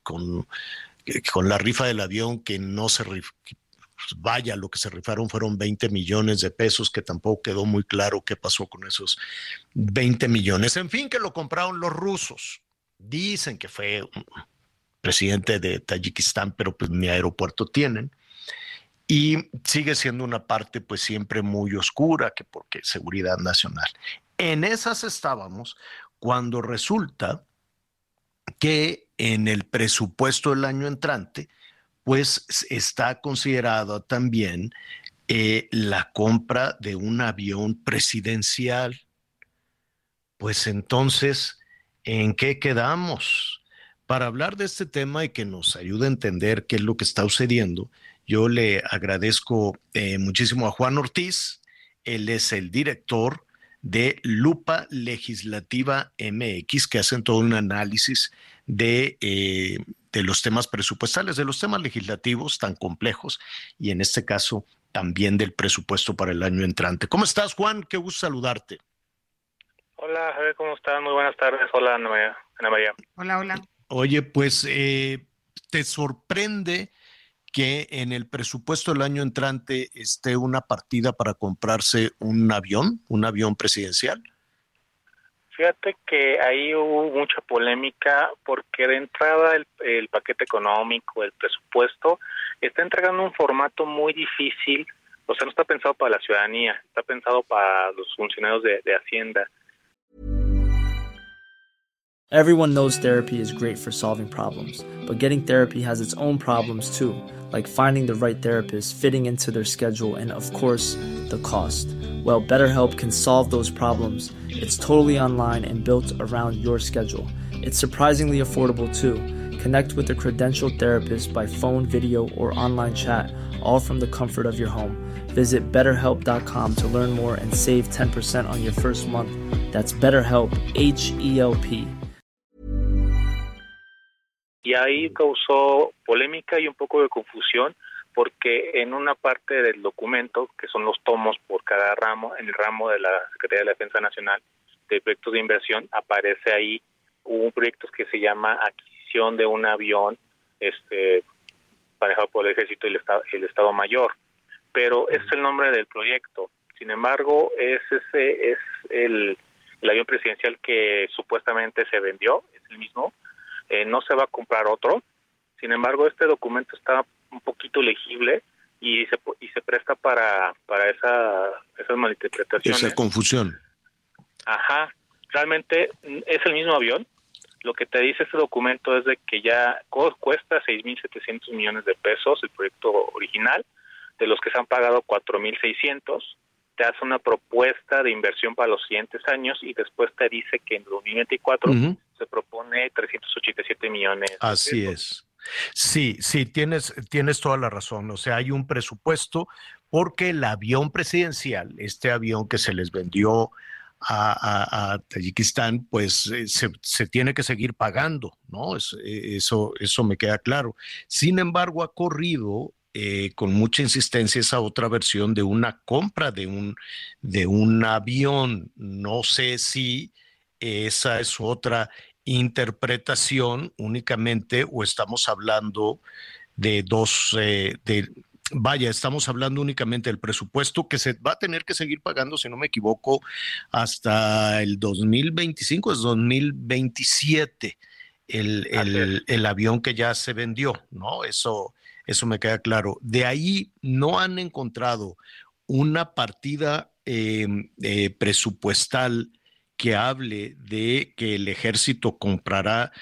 la rifa del avión, que no se rifó. Vaya, lo que se rifaron fueron 20 millones de pesos, que tampoco quedó muy claro qué pasó con esos 20 millones. En fin, que lo compraron los rusos. Dicen que fue un presidente de Tayikistán, pero pues ni aeropuerto tienen. Y sigue siendo una parte pues siempre muy oscura, que porque seguridad nacional. En esas estábamos cuando resulta que en el presupuesto del año entrante pues está considerada también la compra de un avión presidencial. Pues entonces, ¿en qué quedamos? Para hablar de este tema y que nos ayude a entender qué es lo que está sucediendo, yo le agradezco muchísimo a Juan Ortiz. Él es el director de Lupa Legislativa MX, que hacen todo un análisis de los temas presupuestales, de los temas legislativos tan complejos y en este caso también del presupuesto para el año entrante. ¿Cómo estás, Juan? Qué gusto saludarte. Hola, Javier, ¿cómo estás? Muy buenas tardes. Hola, Ana María. Hola. Oye, pues ¿te sorprende que en el presupuesto del año entrante esté una partida para comprarse un avión presidencial? Fíjate que ahí hubo mucha polémica porque de entrada el paquete económico, el presupuesto, está entregando un formato muy difícil. O sea, no está pensado para la ciudadanía, está pensado para los funcionarios de Hacienda. Everyone knows therapy is great for solving problems, but getting therapy has its own problems too, like finding the right therapist, fitting into their schedule, and of course, the cost. Well, BetterHelp can solve those problems. It's totally online and built around your schedule. It's surprisingly affordable too. Connect with a credentialed therapist by phone, video, or online chat, all from the comfort of your home. Visit BetterHelp.com to learn more and save 10% on your first month. That's BetterHelp, H-E-L-P. Y ahí causó polémica y un poco de confusión porque en una parte del documento, que son los tomos por cada ramo, en el ramo de la Secretaría de la Defensa Nacional de proyectos de inversión, aparece ahí un proyecto que se llama adquisición de un avión manejado por el Ejército y el Estado Mayor, pero ese es el nombre del proyecto. Sin embargo, ese es el avión presidencial que supuestamente se vendió, es el mismo. No se va a comprar otro. Sin embargo, este documento está un poquito legible y se presta para esas malinterpretaciones. Esa confusión. Ajá. Realmente es el mismo avión. Lo que te dice este documento es de que ya cuesta 6.700 millones de pesos el proyecto original, de los que se han pagado 4.600. Te hace una propuesta de inversión para los siguientes años y después te dice que en 2024 se propone 387 millones. Así es. Sí, tienes toda la razón. O sea, hay un presupuesto porque el avión presidencial, este avión que se les vendió a Tayikistán, pues se tiene que seguir pagando, ¿no? Eso me queda claro. Sin embargo, ha corrido con mucha insistencia esa otra versión de una compra de un avión. No sé si esa es otra interpretación únicamente o estamos hablando de estamos hablando únicamente del presupuesto que se va a tener que seguir pagando, si no me equivoco, hasta el 2025, es 2027 el avión que ya se vendió, ¿no? Eso me queda claro. De ahí no han encontrado una partida presupuestal que hable de que el ejército comprará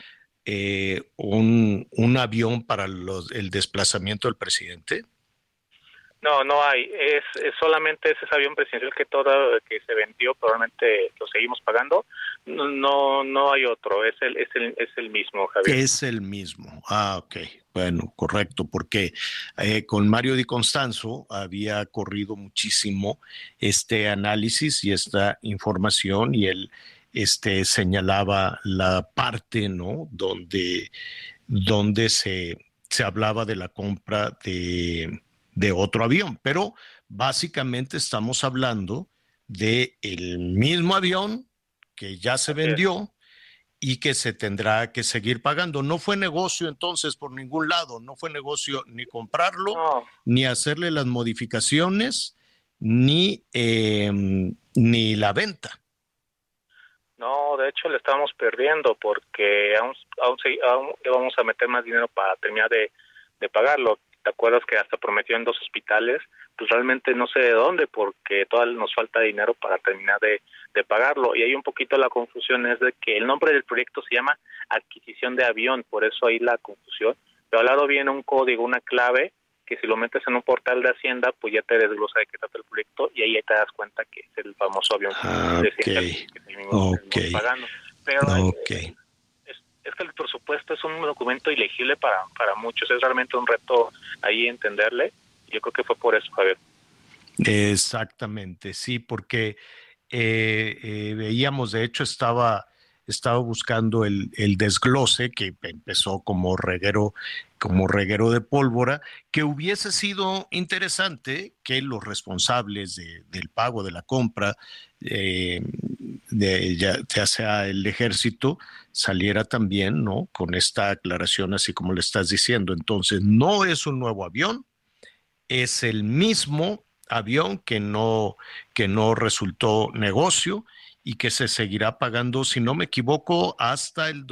un avión para el desplazamiento del presidente. No hay. Es solamente ese avión presidencial que se vendió, probablemente lo seguimos pagando. No hay otro. Es el mismo, Javier. Es el mismo. Ok. Bueno, correcto, porque con Mario Di Constanzo había corrido muchísimo este análisis y esta información y él señalaba la parte, ¿no? donde se hablaba de la compra de otro avión, pero básicamente estamos hablando de el mismo avión que ya se vendió y que se tendrá que seguir pagando. No fue negocio entonces por ningún lado, no fue negocio ni comprarlo, ni hacerle las modificaciones, ni la venta. No, de hecho le estamos perdiendo porque aún le vamos a meter más dinero para terminar de pagarlo. ¿Te acuerdas que hasta prometió en 2 hospitales? Pues realmente no sé de dónde, porque todavía nos falta dinero para terminar de pagarlo. Y ahí un poquito la confusión es de que el nombre del proyecto se llama adquisición de avión, por eso ahí la confusión. Pero al lado viene un código, una clave, que si lo metes en un portal de Hacienda, pues ya te desglosa de qué trata el proyecto y ahí te das cuenta que es el famoso avión presidencial que seguimos pagando. Pero es que el presupuesto es un documento ilegible para muchos, es realmente un reto ahí entenderle. Yo creo que fue por eso, Javier. Exactamente, sí, porque veíamos, de hecho estaba buscando el desglose que empezó como reguero de pólvora, que hubiese sido interesante que los responsables del pago de la compra, ya sea el ejército, saliera también, ¿no? Con esta aclaración, así como le estás diciendo. Entonces, no es un nuevo avión, es el mismo avión que no resultó negocio y que se seguirá pagando, si no me equivoco, hasta el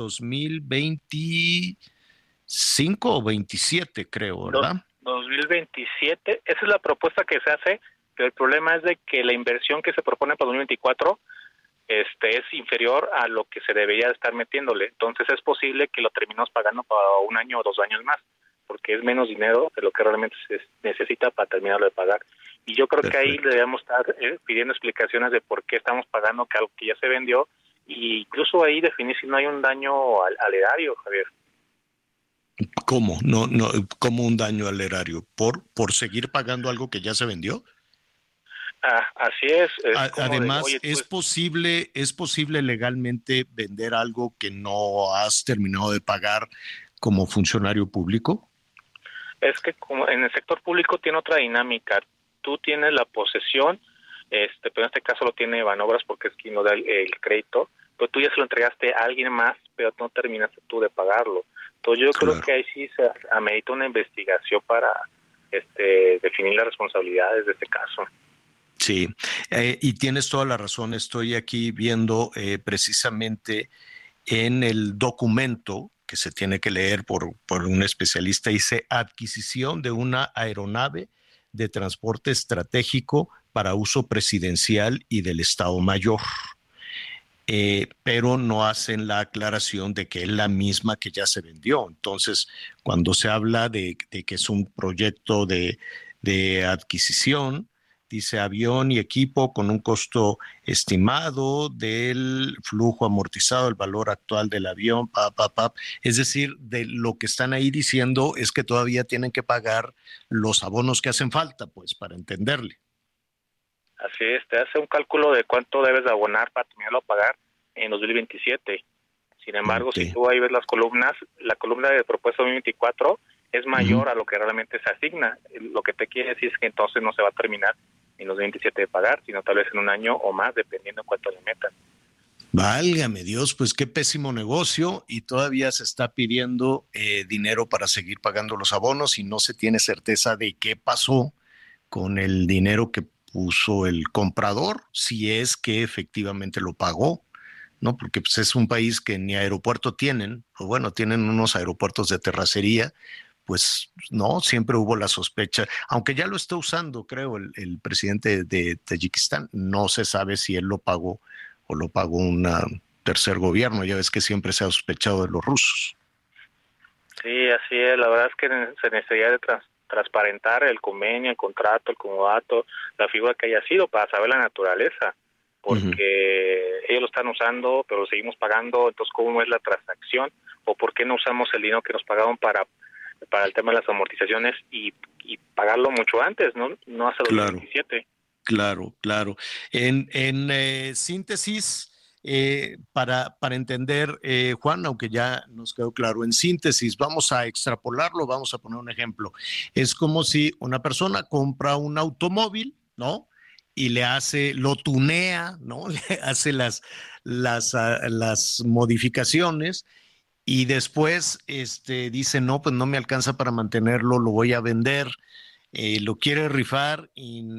2025 o 27, creo, ¿verdad? 2027, esa es la propuesta que se hace, pero el problema es de que la inversión que se propone para 2024 es inferior a lo que se debería estar metiéndole. Entonces es posible que lo terminemos pagando para 1 año o 2 años más, porque es menos dinero de lo que realmente se necesita para terminarlo de pagar. Y yo creo Perfecto. Que ahí debemos estar pidiendo explicaciones de por qué estamos pagando que algo que ya se vendió, e incluso ahí definir si no hay un daño al erario, Javier. ¿Cómo? No, ¿cómo un daño al erario? ¿Por seguir pagando algo que ya se vendió? Así es. Además, ¿es posible legalmente vender algo que no has terminado de pagar como funcionario público? Es que como en el sector público tiene otra dinámica. Tú tienes la posesión, pero en este caso lo tiene Banobras porque es quien lo da el crédito, pero tú ya se lo entregaste a alguien más, pero no terminaste tú de pagarlo. Entonces yo creo que ahí sí se amerita una investigación para definir las responsabilidades de este caso. Sí, y tienes toda la razón. Estoy aquí viendo precisamente en el documento que se tiene que leer por un especialista, dice adquisición de una aeronave de transporte estratégico para uso presidencial y del Estado Mayor. Pero no hacen la aclaración de que es la misma que ya se vendió. Entonces, cuando se habla de que es un proyecto de adquisición, dice avión y equipo con un costo estimado del flujo amortizado, el valor actual del avión, es decir, de lo que están ahí diciendo es que todavía tienen que pagar los abonos que hacen falta, pues, para entenderle. Así es, te hace un cálculo de cuánto debes de abonar para terminarlo a pagar en 2027. Sin embargo, si tú ahí ves las columnas, la columna de propuesta 2024 es mayor a lo que realmente se asigna. Lo que te quiere decir es que entonces no se va a terminar en 2027 de pagar, sino tal vez en 1 año o más, dependiendo de cuánto le metan. Válgame Dios, pues qué pésimo negocio, y todavía se está pidiendo dinero para seguir pagando los abonos y no se tiene certeza de qué pasó con el dinero que puso el comprador, si es que efectivamente lo pagó, ¿no? Porque pues, es un país que ni aeropuerto tienen, o bueno, tienen unos aeropuertos de terracería, pues no, siempre hubo la sospecha, aunque ya lo está usando, creo, el presidente de Tayikistán, no se sabe si él lo pagó o lo pagó un tercer gobierno, ya ves que siempre se ha sospechado de los rusos. Sí, así es, la verdad es que se necesitaría de transparentar el convenio, el contrato, el comodato, la figura que haya sido para saber la naturaleza, porque ellos lo están usando, pero lo seguimos pagando, entonces ¿cómo es la transacción? ¿O por qué no usamos el dinero que nos pagaron para el tema de las amortizaciones y pagarlo mucho antes, no hasta los 2027? Claro. En síntesis, para entender, Juan, aunque ya nos quedó claro, en síntesis, vamos a extrapolarlo, vamos a poner un ejemplo. Es como si una persona compra un automóvil, ¿no? Y lo tunea, ¿no? Le hace las modificaciones y después dice, no, pues no me alcanza para mantenerlo, lo voy a vender. Lo quiere rifar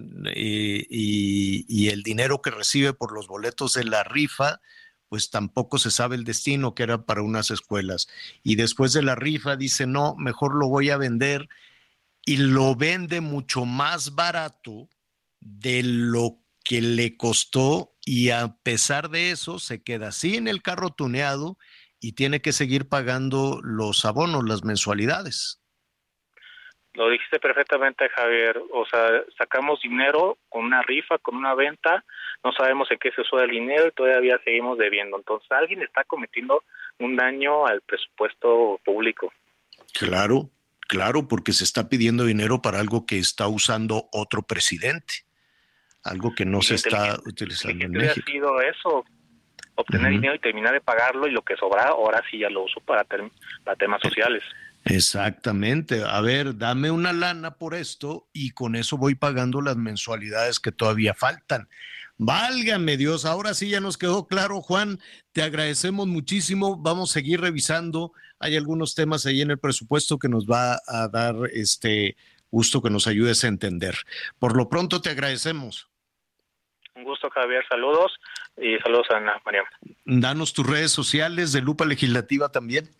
y el dinero que recibe por los boletos de la rifa, pues tampoco se sabe el destino, que era para unas escuelas. Y después de la rifa dice, no, mejor lo voy a vender, y lo vende mucho más barato de lo que le costó, y a pesar de eso se queda sin el carro tuneado y tiene que seguir pagando los abonos, las mensualidades. Lo dijiste perfectamente, Javier. O sea, sacamos dinero con una rifa, con una venta, no sabemos en qué se usa el dinero y todavía seguimos debiendo. Entonces, alguien está cometiendo un daño al presupuesto público. Claro, porque se está pidiendo dinero para algo que está usando otro presidente, algo que no se está utilizando en México. ¿Qué ha sido eso? Obtener dinero y terminar de pagarlo, y lo que sobra ahora sí ya lo uso para temas sociales. Exactamente. A ver, dame una lana por esto y con eso voy pagando las mensualidades que todavía faltan. Válgame Dios, ahora sí ya nos quedó claro, Juan, te agradecemos muchísimo, vamos a seguir revisando, hay algunos temas ahí en el presupuesto que nos va a dar gusto que nos ayudes a entender. Por lo pronto te agradecemos. Un gusto, Javier, saludos y saludos a Ana María. Danos tus redes sociales de Lupa Legislativa también.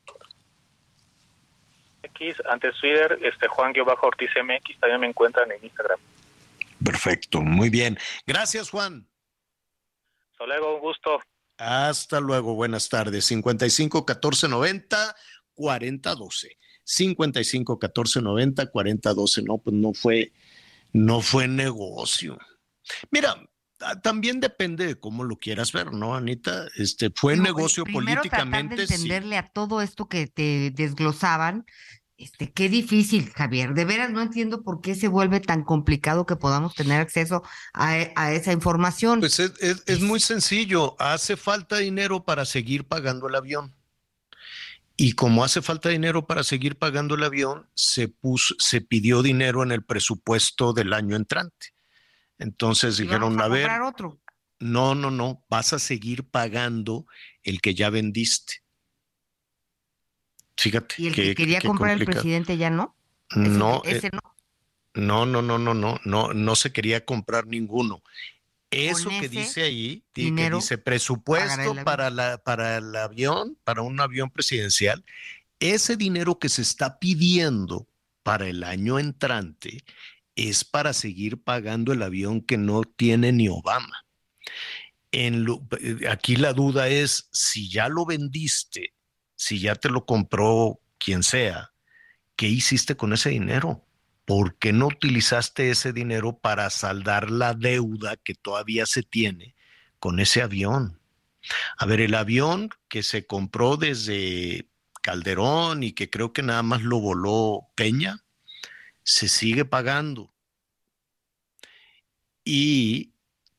Antes Twitter, Juan-Ortiz MX, también me encuentran en Instagram. Perfecto, muy bien. Gracias, Juan. Hasta luego, un gusto. Hasta luego, buenas tardes. 55 14 90 40 12. 55 14 90 40 12. No, pues no fue negocio. Mira, también depende de cómo lo quieras ver, ¿no, Anita? Fue negocio políticamente. Tratar de entenderle a todo esto que te desglosaban. Qué difícil, Javier. De veras no entiendo por qué se vuelve tan complicado que podamos tener acceso a esa información. Pues es muy sencillo. Hace falta dinero para seguir pagando el avión. Y como hace falta dinero para seguir pagando el avión, se pidió dinero en el presupuesto del año entrante. Entonces dijeron, a ver, otro. No, vas a seguir pagando el que ya vendiste. Fíjate. ¿Y el que quería comprar el presidente ya no? Ese no se quería comprar ninguno. Eso que dice ahí, que dice presupuesto para el avión, para un avión presidencial, ese dinero que se está pidiendo para el año entrante es para seguir pagando el avión que no tiene ni Obama. Aquí la duda es, si ya lo vendiste, si ya te lo compró quien sea, ¿qué hiciste con ese dinero? ¿Por qué no utilizaste ese dinero para saldar la deuda que todavía se tiene con ese avión? A ver, el avión que se compró desde Calderón y que creo que nada más lo voló Peña, se sigue pagando. Y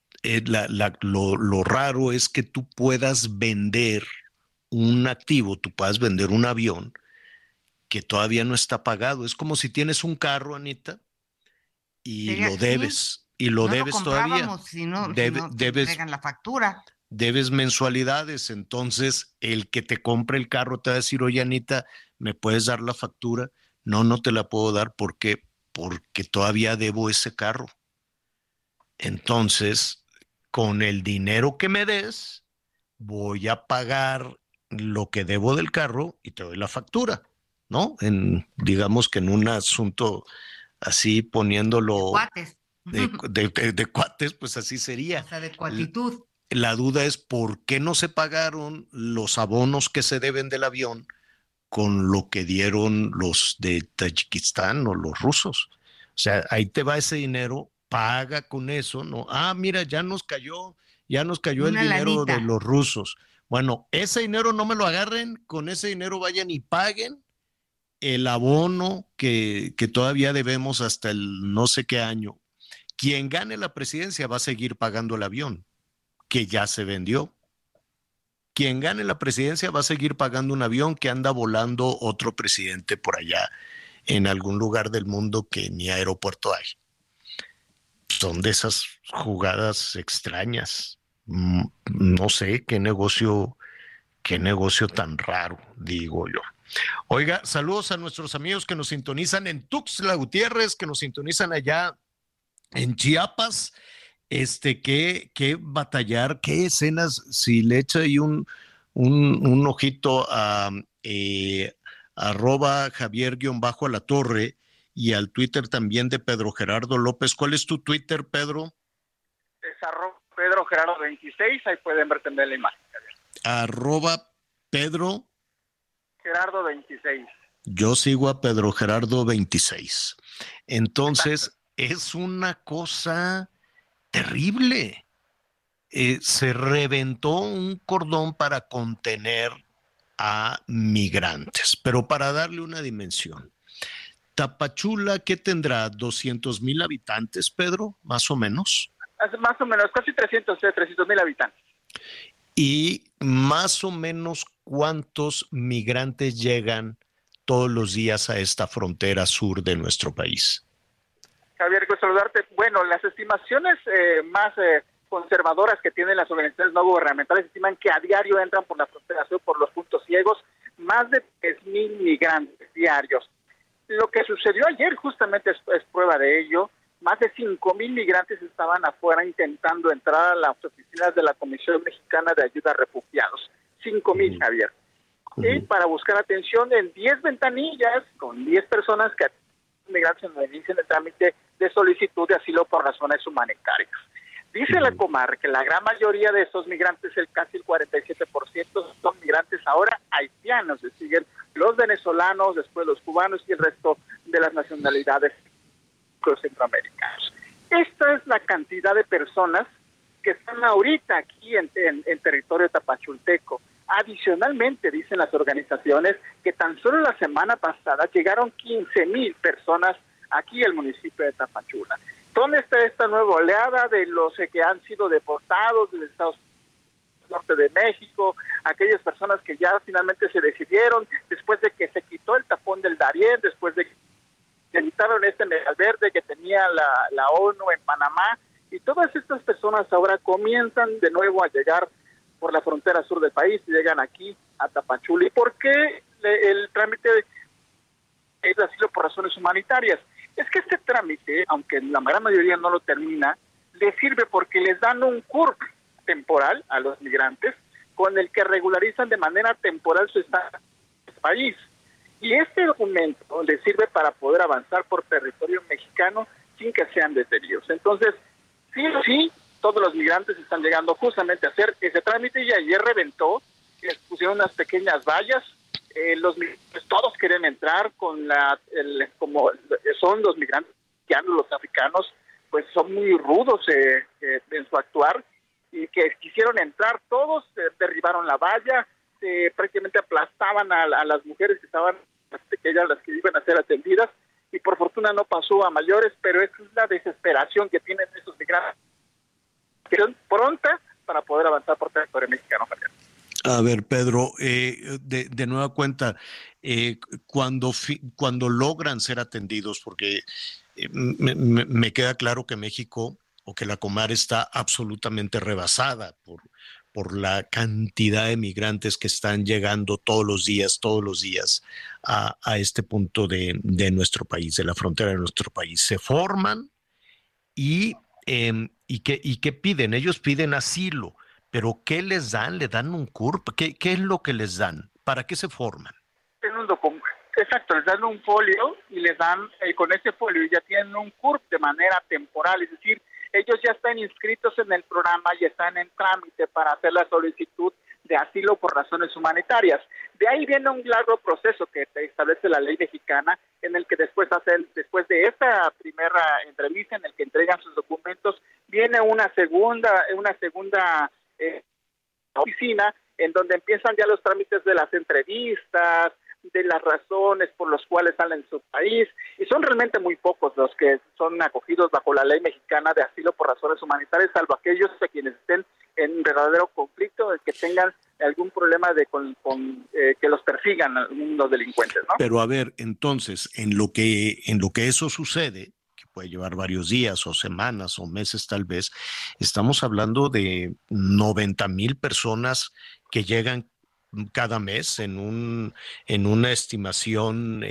lo raro es que tú puedas vender un activo, tú puedas vender un avión que todavía no está pagado. Es como si tienes un carro, Anita, y lo debes, y lo debes todavía. Si no te entregan la factura. Debes mensualidades, entonces el que te compre el carro te va a decir, oye, Anita, ¿me puedes dar la factura? No te la puedo dar porque todavía debo ese carro. Entonces, con el dinero que me des, voy a pagar lo que debo del carro y te doy la factura, ¿no? Digamos que en un asunto así poniéndolo de cuates, pues así sería. O sea, de cuatitud. La duda es por qué no se pagaron los abonos que se deben del avión con lo que dieron los de Tayikistán o los rusos. O sea, ahí te va ese dinero, paga con eso, ¿no? Mira, ya nos cayó el dinero de los rusos. Bueno, ese dinero no me lo agarren, con ese dinero vayan y paguen el abono que todavía debemos hasta el no sé qué año. Quien gane la presidencia va a seguir pagando el avión, que ya se vendió. Quien gane la presidencia va a seguir pagando un avión que anda volando otro presidente por allá en algún lugar del mundo que ni aeropuerto hay. Son de esas jugadas extrañas. No sé qué negocio tan raro, digo yo. Oiga, saludos a nuestros amigos que nos sintonizan en Tuxtla Gutiérrez, que nos sintonizan allá en Chiapas. Qué batallar, qué escenas, si le echa ahí un ojito a @Javier_Alatorre y al Twitter también de Pedro Gerardo López. ¿Cuál es tu Twitter, Pedro? Es @Pedro Gerardo 26, ahí pueden ver también la imagen. @Pedro Gerardo 26. Yo sigo a Pedro Gerardo 26. Entonces, es una cosa terrible. Se reventó un cordón para contener a migrantes, pero para darle una dimensión. Tapachula, ¿qué tendrá? ¿200,000 habitantes, Pedro? Más o menos. Más o menos, casi 300,000 habitantes. Y más o menos, ¿cuántos migrantes llegan todos los días a esta frontera sur de nuestro país? Javier, quiero saludarte. Bueno, las estimaciones más conservadoras que tienen las organizaciones no gubernamentales estiman que a diario entran por la frontera sur, por los puntos ciegos, más de 3,000 migrantes diarios. Lo que sucedió ayer justamente es prueba de ello. más de 5,000 migrantes estaban afuera intentando entrar a las oficinas de la Comisión Mexicana de Ayuda a Refugiados. 5,000, Javier. Y para buscar atención en 10 ventanillas, con 10 personas que migrantes inician el trámite de solicitud de asilo por razones humanitarias. Dice la Comar que la gran mayoría de esos migrantes, casi el 47%, son migrantes ahora haitianos, es decir, los venezolanos, después los cubanos y el resto de las nacionalidades centroamericanos. Esta es la cantidad de personas que están ahorita aquí en territorio tapachulteco. Adicionalmente, dicen las organizaciones que tan solo la semana pasada llegaron 15,000 personas aquí al municipio de Tapachula. ¿Dónde está esta nueva oleada de los que han sido deportados desde Estados Unidos, norte de México, aquellas personas que ya finalmente se decidieron, después de que se quitó el tapón del Darién, después de que se quitaron este metal verde que tenía la ONU en Panamá, y todas estas personas ahora comienzan de nuevo a llegar por la frontera sur del país y llegan aquí a Tapachula? ¿Y por qué el trámite es asilo por razones humanitarias? Es que este trámite, aunque la gran mayoría no lo termina, les sirve porque les dan un CURP temporal a los migrantes con el que regularizan de manera temporal su estado en el país. Y este documento les sirve para poder avanzar por territorio mexicano sin que sean detenidos. Entonces, sí, todos los migrantes están llegando justamente a hacer ese trámite, y ayer reventó, les pusieron unas pequeñas vallas. Los migrantes todos quieren entrar como son los migrantes, los africanos, pues son muy rudos en su actuar, y que quisieron entrar todos, derribaron la valla, prácticamente aplastaban a las mujeres que estaban pequeñas, las que iban a ser atendidas, y por fortuna no pasó a mayores, pero esa es la desesperación que tienen esos migrantes, que son pronta para poder avanzar por territorio mexicano. A ver, Pedro, de nueva cuenta, cuando logran ser atendidos, porque me queda claro que México o que la Comar está absolutamente rebasada por la cantidad de migrantes que están llegando todos los días a este punto de nuestro país, de la frontera de nuestro país. Se forman y ¿qué piden? Ellos piden asilo. ¿Pero qué les dan? ¿Le dan un CURP? ¿Qué es lo que les dan? ¿Para qué se forman? Exacto, les dan un folio y les dan, con ese folio ya tienen un CURP de manera temporal, es decir, ellos ya están inscritos en el programa y están en trámite para hacer la solicitud de asilo por razones humanitarias. De ahí viene un largo proceso que establece la ley mexicana, en el que después de esta primera entrevista en el que entregan sus documentos, viene una segunda oficina en donde empiezan ya los trámites de las entrevistas, de las razones por las cuales salen de su país, y son realmente muy pocos los que son acogidos bajo la ley mexicana de asilo por razones humanitarias, salvo aquellos a quienes estén en verdadero conflicto, que tengan algún problema que los persigan los delincuentes, ¿no? Pero a ver, entonces, en lo que eso sucede, puede llevar varios días o semanas o meses tal vez, estamos hablando de 90,000 personas que llegan cada mes en una estimación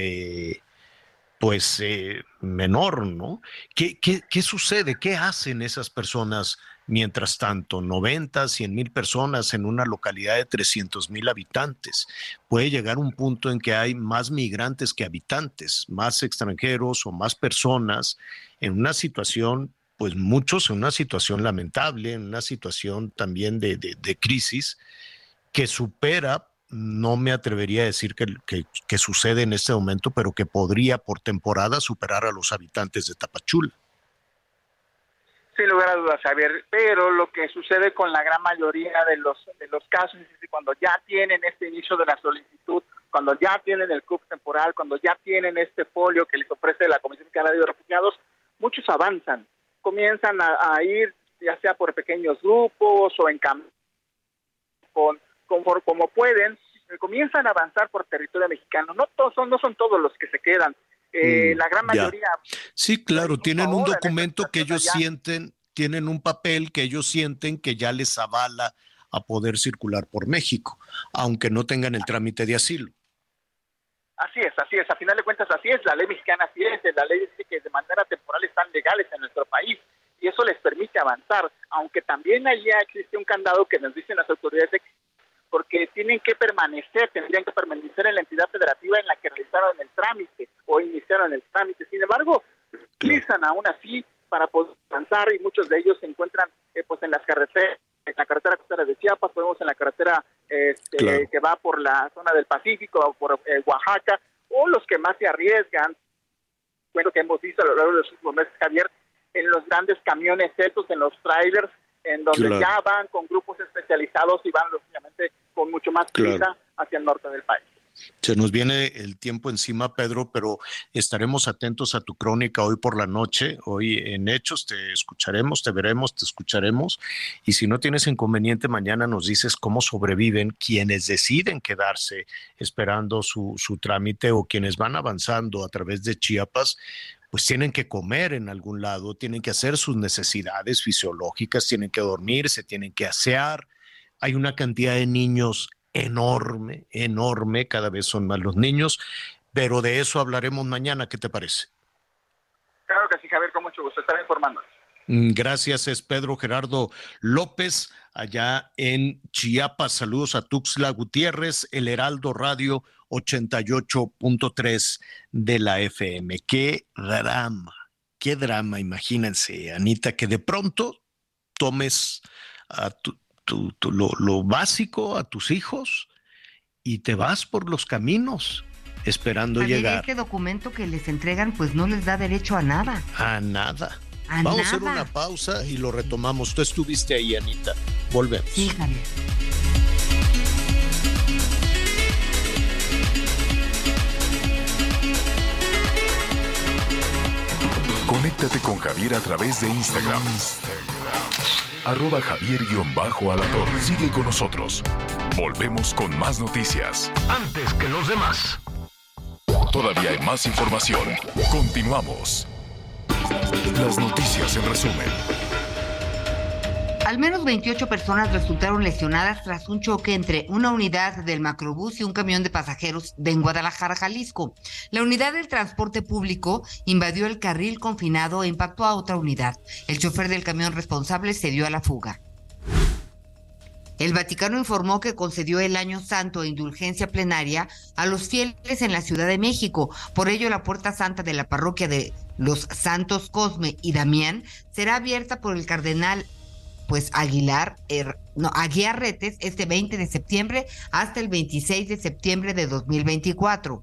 menor, ¿no? ¿Qué sucede? ¿Qué hacen esas personas mientras tanto? 90, 100,000 personas en una localidad de 300,000 habitantes. Puede llegar un punto en que hay más migrantes que habitantes, más extranjeros o más personas en una situación, pues muchos en una situación lamentable, en una situación también de crisis que supera, no me atrevería a decir que sucede en este momento, pero que podría por temporada superar a los habitantes de Tapachula. Sin lugar a dudas, Javier, pero lo que sucede con la gran mayoría de los casos es que cuando ya tienen este inicio de la solicitud, cuando ya tienen el CURP temporal, cuando ya tienen este folio que les ofrece la Comisión Mexicana de Refugiados, muchos avanzan, comienzan a ir ya sea por pequeños grupos o en como pueden, comienzan a avanzar por territorio mexicano. No son todos los que se quedan. La gran mayoría. Sí, claro, tienen un documento que ellos sienten, tienen un papel que ellos sienten que ya les avala a poder circular por México, aunque no tengan el trámite de asilo. Así es, a final de cuentas así es, la ley mexicana así es, la ley dice que de manera temporal están legales en nuestro país y eso les permite avanzar, aunque también allá existe un candado que nos dicen las autoridades porque tendrían que permanecer en la entidad federativa en la que realizaron el trámite o iniciaron el trámite. Sin embargo, utilizan aún así para poder avanzar y muchos de ellos se encuentran pues en las carreteras, en la carretera costera de Chiapas, podemos en la carretera que va por la zona del Pacífico o por Oaxaca, o los que más se arriesgan, bueno, que hemos visto a lo largo de los últimos meses, Javier, en los grandes camiones estos, en los trailers, en donde ya van con grupos especializados y van lógicamente con mucho más prisa hacia el norte del país. Se nos viene el tiempo encima, Pedro, pero estaremos atentos a tu crónica hoy por la noche. Hoy en Hechos te escucharemos, te veremos, te escucharemos. Y si no tienes inconveniente, mañana nos dices cómo sobreviven quienes deciden quedarse esperando su trámite o quienes van avanzando a través de Chiapas. Pues tienen que comer en algún lado, tienen que hacer sus necesidades fisiológicas, tienen que dormir, se tienen que asear. Hay una cantidad de niños enorme, cada vez son más los niños, pero de eso hablaremos mañana, ¿qué te parece? Claro que sí, Javier, con mucho gusto, estaré informando. Gracias, es Pedro Gerardo López, allá en Chiapas. Saludos a Tuxtla Gutiérrez, el Heraldo Radio 88.3 de la FM. Qué drama, imagínense, Anita, que de pronto tomes a lo básico a tus hijos y te vas por los caminos esperando llegar. Este documento que les entregan pues no les da derecho a nada. A nada. Vamos a hacer una pausa y lo retomamos. Tú estuviste ahí, Anita. Volvemos. Sí, Javier. Conéctate con Javier a través de Instagram. @Javier_Alatorre. Sigue con nosotros. Volvemos con más noticias. Antes que los demás. Todavía hay más información. Continuamos. Las noticias en resumen. Al menos 28 personas resultaron lesionadas tras un choque entre una unidad del Macrobús y un camión de pasajeros en Guadalajara, Jalisco. La unidad del transporte público invadió el carril confinado e impactó a otra unidad. El chofer del camión responsable se dio a la fuga. El Vaticano informó que concedió el Año Santo e indulgencia plenaria a los fieles en la Ciudad de México. Por ello, la Puerta Santa de la parroquia de los Santos Cosme y Damián será abierta por el cardenal Aguiarretes este 20 de septiembre hasta el 26 de septiembre de 2024.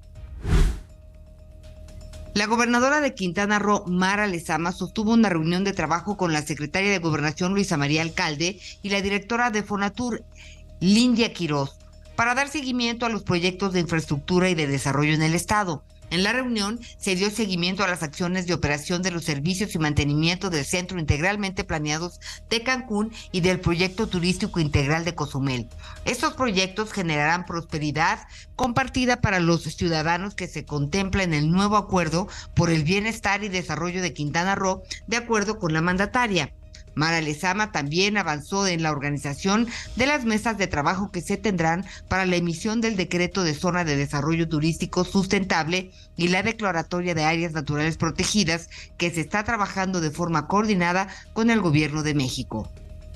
La gobernadora de Quintana Roo, Mara Lezama, sostuvo una reunión de trabajo con la secretaria de Gobernación, Luisa María Alcalde, y la directora de Fonatur, Lindia Quiroz, para dar seguimiento a los proyectos de infraestructura y de desarrollo en el estado. En la reunión se dio seguimiento a las acciones de operación de los servicios y mantenimiento del Centro Integralmente Planeados de Cancún y del Proyecto Turístico Integral de Cozumel. Estos proyectos generarán prosperidad compartida para los ciudadanos que se contempla en el nuevo acuerdo por el bienestar y desarrollo de Quintana Roo, de acuerdo con la mandataria. Mara Lezama también avanzó en la organización de las mesas de trabajo que se tendrán para la emisión del decreto de zona de desarrollo turístico sustentable y la declaratoria de áreas naturales protegidas que se está trabajando de forma coordinada con el Gobierno de México.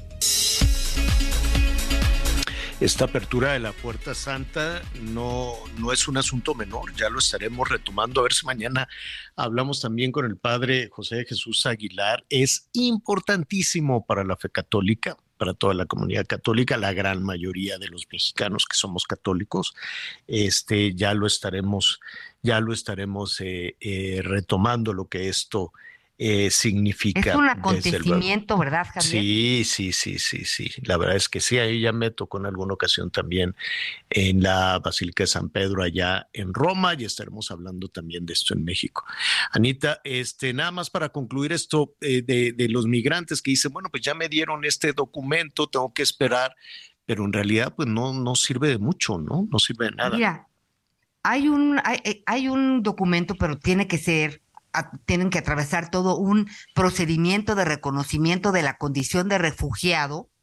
Esta apertura de la Puerta Santa no es un asunto menor, ya lo estaremos retomando. A ver si mañana hablamos también con el padre José de Jesús Aguilar. Es importantísimo para la fe católica, para toda la comunidad católica, la gran mayoría de los mexicanos que somos católicos. Ya lo estaremos retomando lo que esto significa. Es un acontecimiento, ¿verdad, Javier? Sí. La verdad es que sí, ahí ya me tocó en alguna ocasión también en la Basílica de San Pedro allá en Roma, y estaremos hablando también de esto en México. Anita, nada más para concluir esto de los migrantes que dicen, bueno, pues ya me dieron este documento, tengo que esperar, pero en realidad pues no sirve de mucho, ¿no? No sirve de nada. Mira, hay un documento, pero tienen que atravesar todo un procedimiento de reconocimiento de la condición de refugiado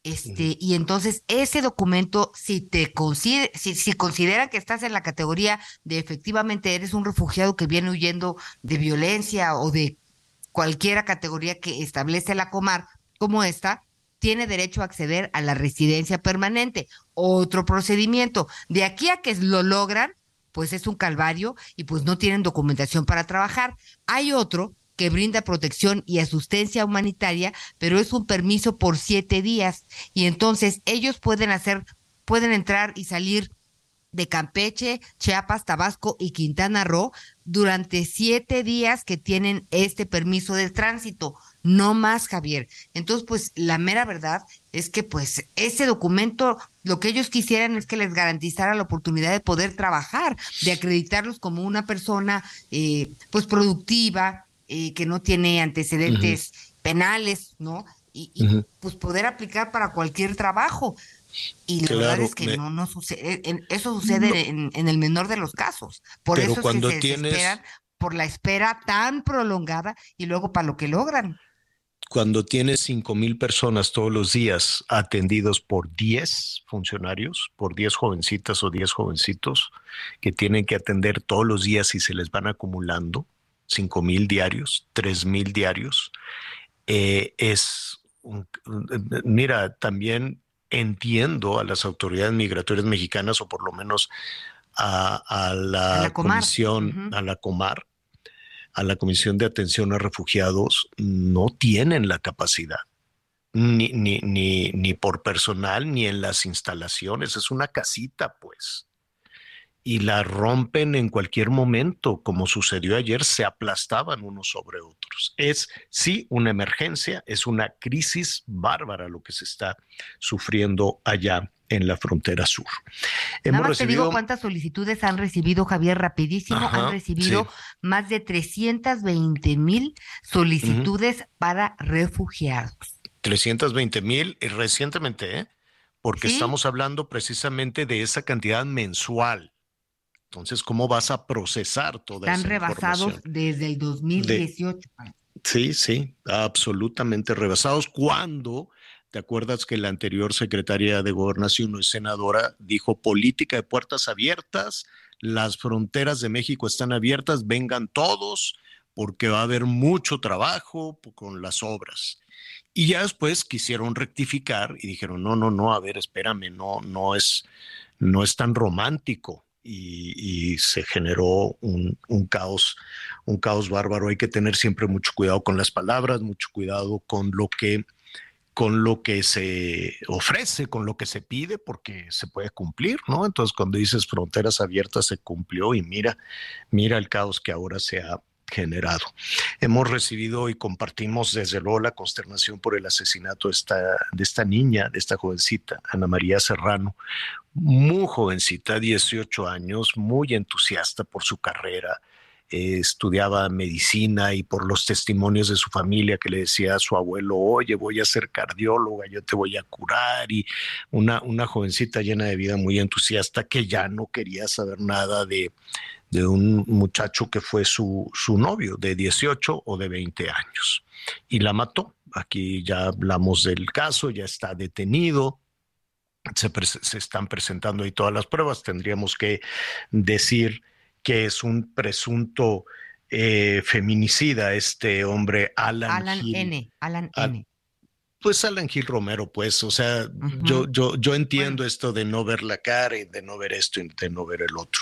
Y entonces ese documento, si consideran que estás en la categoría de efectivamente eres un refugiado que viene huyendo de violencia o de cualquier categoría que establece la Comar como esta, tiene derecho a acceder a la residencia permanente. Otro procedimiento. De aquí a que lo logran, pues es un calvario y pues no tienen documentación para trabajar. Hay otro que brinda protección y asistencia humanitaria, pero es un permiso por 7 días. Y entonces ellos pueden entrar y salir de Campeche, Chiapas, Tabasco y Quintana Roo durante 7 días que tienen este permiso de tránsito, no más, Javier. Entonces, pues la mera verdad es que pues ese documento, lo que ellos quisieran es que les garantizara la oportunidad de poder trabajar, de acreditarlos como una persona pues productiva, que no tiene antecedentes penales, ¿no? Y pues poder aplicar para cualquier trabajo. Y la verdad es que no sucede, eso sucede en el menor de los casos. Por eso es que se desesperan por la espera tan prolongada y luego para lo que logran. Cuando tienes 5,000 personas todos los días atendidos por 10 funcionarios, por 10 jovencitas o 10 jovencitos que tienen que atender todos los días y se les van acumulando, 5,000 diarios, 3,000 diarios, mira, también entiendo a las autoridades migratorias mexicanas, o por lo menos a la comisión, a la Comar, a la Comisión de Atención a Refugiados, no tienen la capacidad, ni por personal, ni en las instalaciones. Es una casita, pues. Y la rompen en cualquier momento, como sucedió ayer, se aplastaban unos sobre otros. Es, sí, una emergencia, es una crisis bárbara lo que se está sufriendo allá en la frontera sur. Nada más te digo cuántas solicitudes han recibido, Javier, rapidísimo. Han recibido más de 320,000 solicitudes para refugiados. 320,000 recientemente, porque estamos hablando precisamente de esa cantidad mensual. Entonces, ¿cómo vas a procesar toda esa información? Están rebasados desde el 2018. Sí, absolutamente rebasados. Cuando, ¿te acuerdas que la anterior secretaria de Gobernación y senadora dijo política de puertas abiertas, las fronteras de México están abiertas, vengan todos, porque va a haber mucho trabajo con las obras? Y ya después quisieron rectificar y dijeron, no, a ver, espérame, no es tan romántico. Y se generó un caos bárbaro. Hay que tener siempre mucho cuidado con las palabras, mucho cuidado con lo que se ofrece, con lo que se pide, porque se puede cumplir, ¿no? Entonces, cuando dices fronteras abiertas, se cumplió y mira el caos que ahora se ha generado. Hemos recibido y compartimos desde luego la consternación por el asesinato de esta niña, de esta jovencita, Ana María Serrano, muy jovencita, 18 años, muy entusiasta por su carrera, estudiaba medicina, y por los testimonios de su familia que le decía a su abuelo, oye, voy a ser cardióloga, yo te voy a curar, y una jovencita llena de vida, muy entusiasta, que ya no quería saber nada de un muchacho que fue su novio de 18 o de 20 años, y la mató. Aquí ya hablamos del caso, ya está detenido, se están presentando ahí todas las pruebas. Tendríamos que decir que es un presunto feminicida este hombre, Alan Gil. Alan N. Pues Alan Gil Romero, pues, o sea, yo entiendo esto de no ver la cara y de no ver esto y de no ver el otro.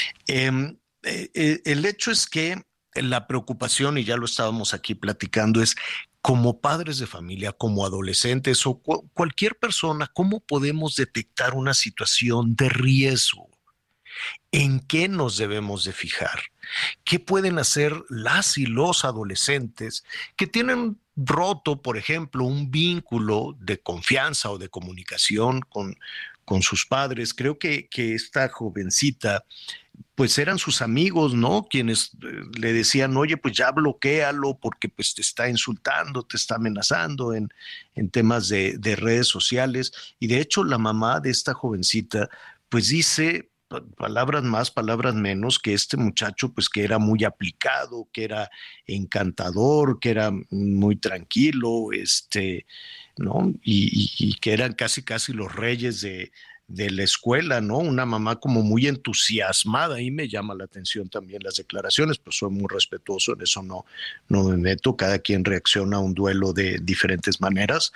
El hecho es que la preocupación, y ya lo estábamos aquí platicando, es como padres de familia, como adolescentes o cualquier persona, ¿cómo podemos detectar una situación de riesgo? ¿En qué nos debemos de fijar? ¿Qué pueden hacer las y los adolescentes que tienen roto, por ejemplo, un vínculo de confianza o de comunicación con sus padres? Creo que esta jovencita, pues eran sus amigos, ¿no? Quienes le decían, oye, pues ya bloquéalo porque pues te está insultando, te está amenazando en temas de redes sociales. Y de hecho la mamá de esta jovencita pues dice, palabras más, palabras menos, que este muchacho pues que era muy aplicado, que era encantador, que era muy tranquilo, ¿no? Y que eran casi los reyes de la escuela, ¿no? Una mamá como muy entusiasmada, y me llama la atención también las declaraciones, pues soy muy respetuoso, en eso no me meto, cada quien reacciona a un duelo de diferentes maneras.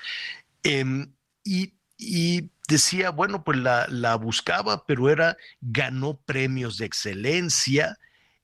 Y decía, bueno, pues la buscaba, pero ganó premios de excelencia.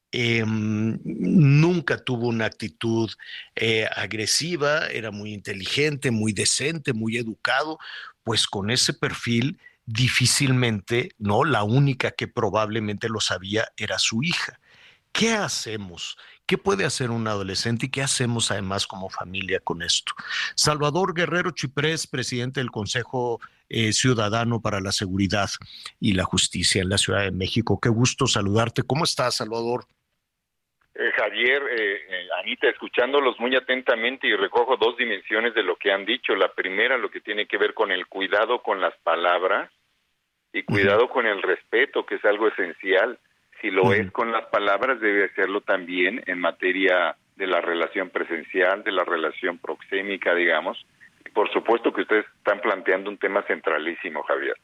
Nunca tuvo una actitud agresiva, era muy inteligente, muy decente, muy educado, pues con ese perfil difícilmente, ¿no? La única que probablemente lo sabía era su hija. ¿Qué hacemos? ¿Qué puede hacer un adolescente y qué hacemos además como familia con esto? Salvador Guerrero Chiprés, presidente del Consejo Ciudadano para la Seguridad y la Justicia en la Ciudad de México. Qué gusto saludarte. ¿Cómo estás, Salvador? Javier, Anita, escuchándolos muy atentamente y recojo dos dimensiones de lo que han dicho. La primera, lo que tiene que ver con el cuidado con las palabras y cuidado con el respeto, que es algo esencial. Si lo es con las palabras, debe hacerlo también en materia de la relación presencial, de la relación proxémica, digamos. Y por supuesto que ustedes están planteando un tema centralísimo, Javier.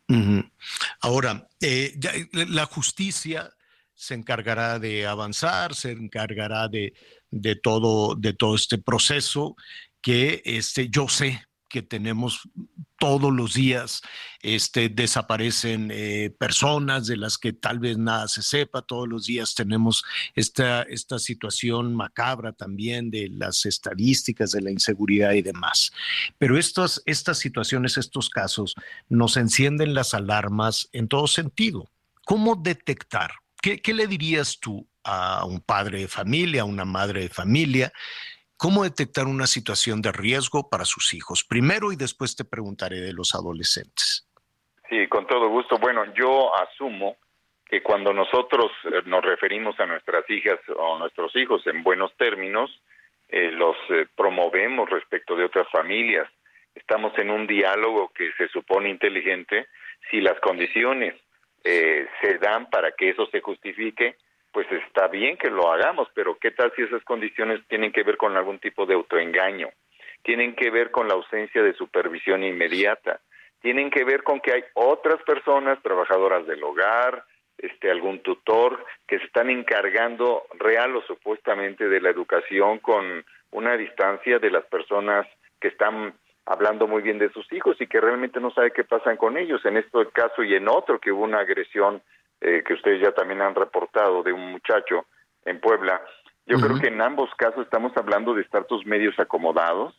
Ahora, la justicia se encargará de avanzar, se encargará de todo este proceso que yo sé que tenemos todos los días, desaparecen personas de las que tal vez nada se sepa, todos los días tenemos esta situación macabra también de las estadísticas de la inseguridad y demás. Pero estas situaciones, estos casos, nos encienden las alarmas en todo sentido. ¿Cómo detectar? ¿Qué le dirías tú a un padre de familia, a una madre de familia? ¿Cómo detectar una situación de riesgo para sus hijos? Primero y después te preguntaré de los adolescentes. Sí, con todo gusto. Bueno, yo asumo que cuando nosotros nos referimos a nuestras hijas o nuestros hijos en buenos términos, los promovemos respecto de otras familias. Estamos en un diálogo que se supone inteligente. Si las condiciones se dan para que eso se justifique, pues está bien que lo hagamos, pero ¿qué tal si esas condiciones tienen que ver con algún tipo de autoengaño? Tienen que ver con la ausencia de supervisión inmediata, tienen que ver con que hay otras personas, trabajadoras del hogar, algún tutor, que se están encargando real o supuestamente de la educación con una distancia de las personas que están hablando muy bien de sus hijos y que realmente no sabe qué pasan con ellos. En este caso y en otro, que hubo una agresión que ustedes ya también han reportado de un muchacho en Puebla. Yo creo que en ambos casos estamos hablando de estatus medios acomodados.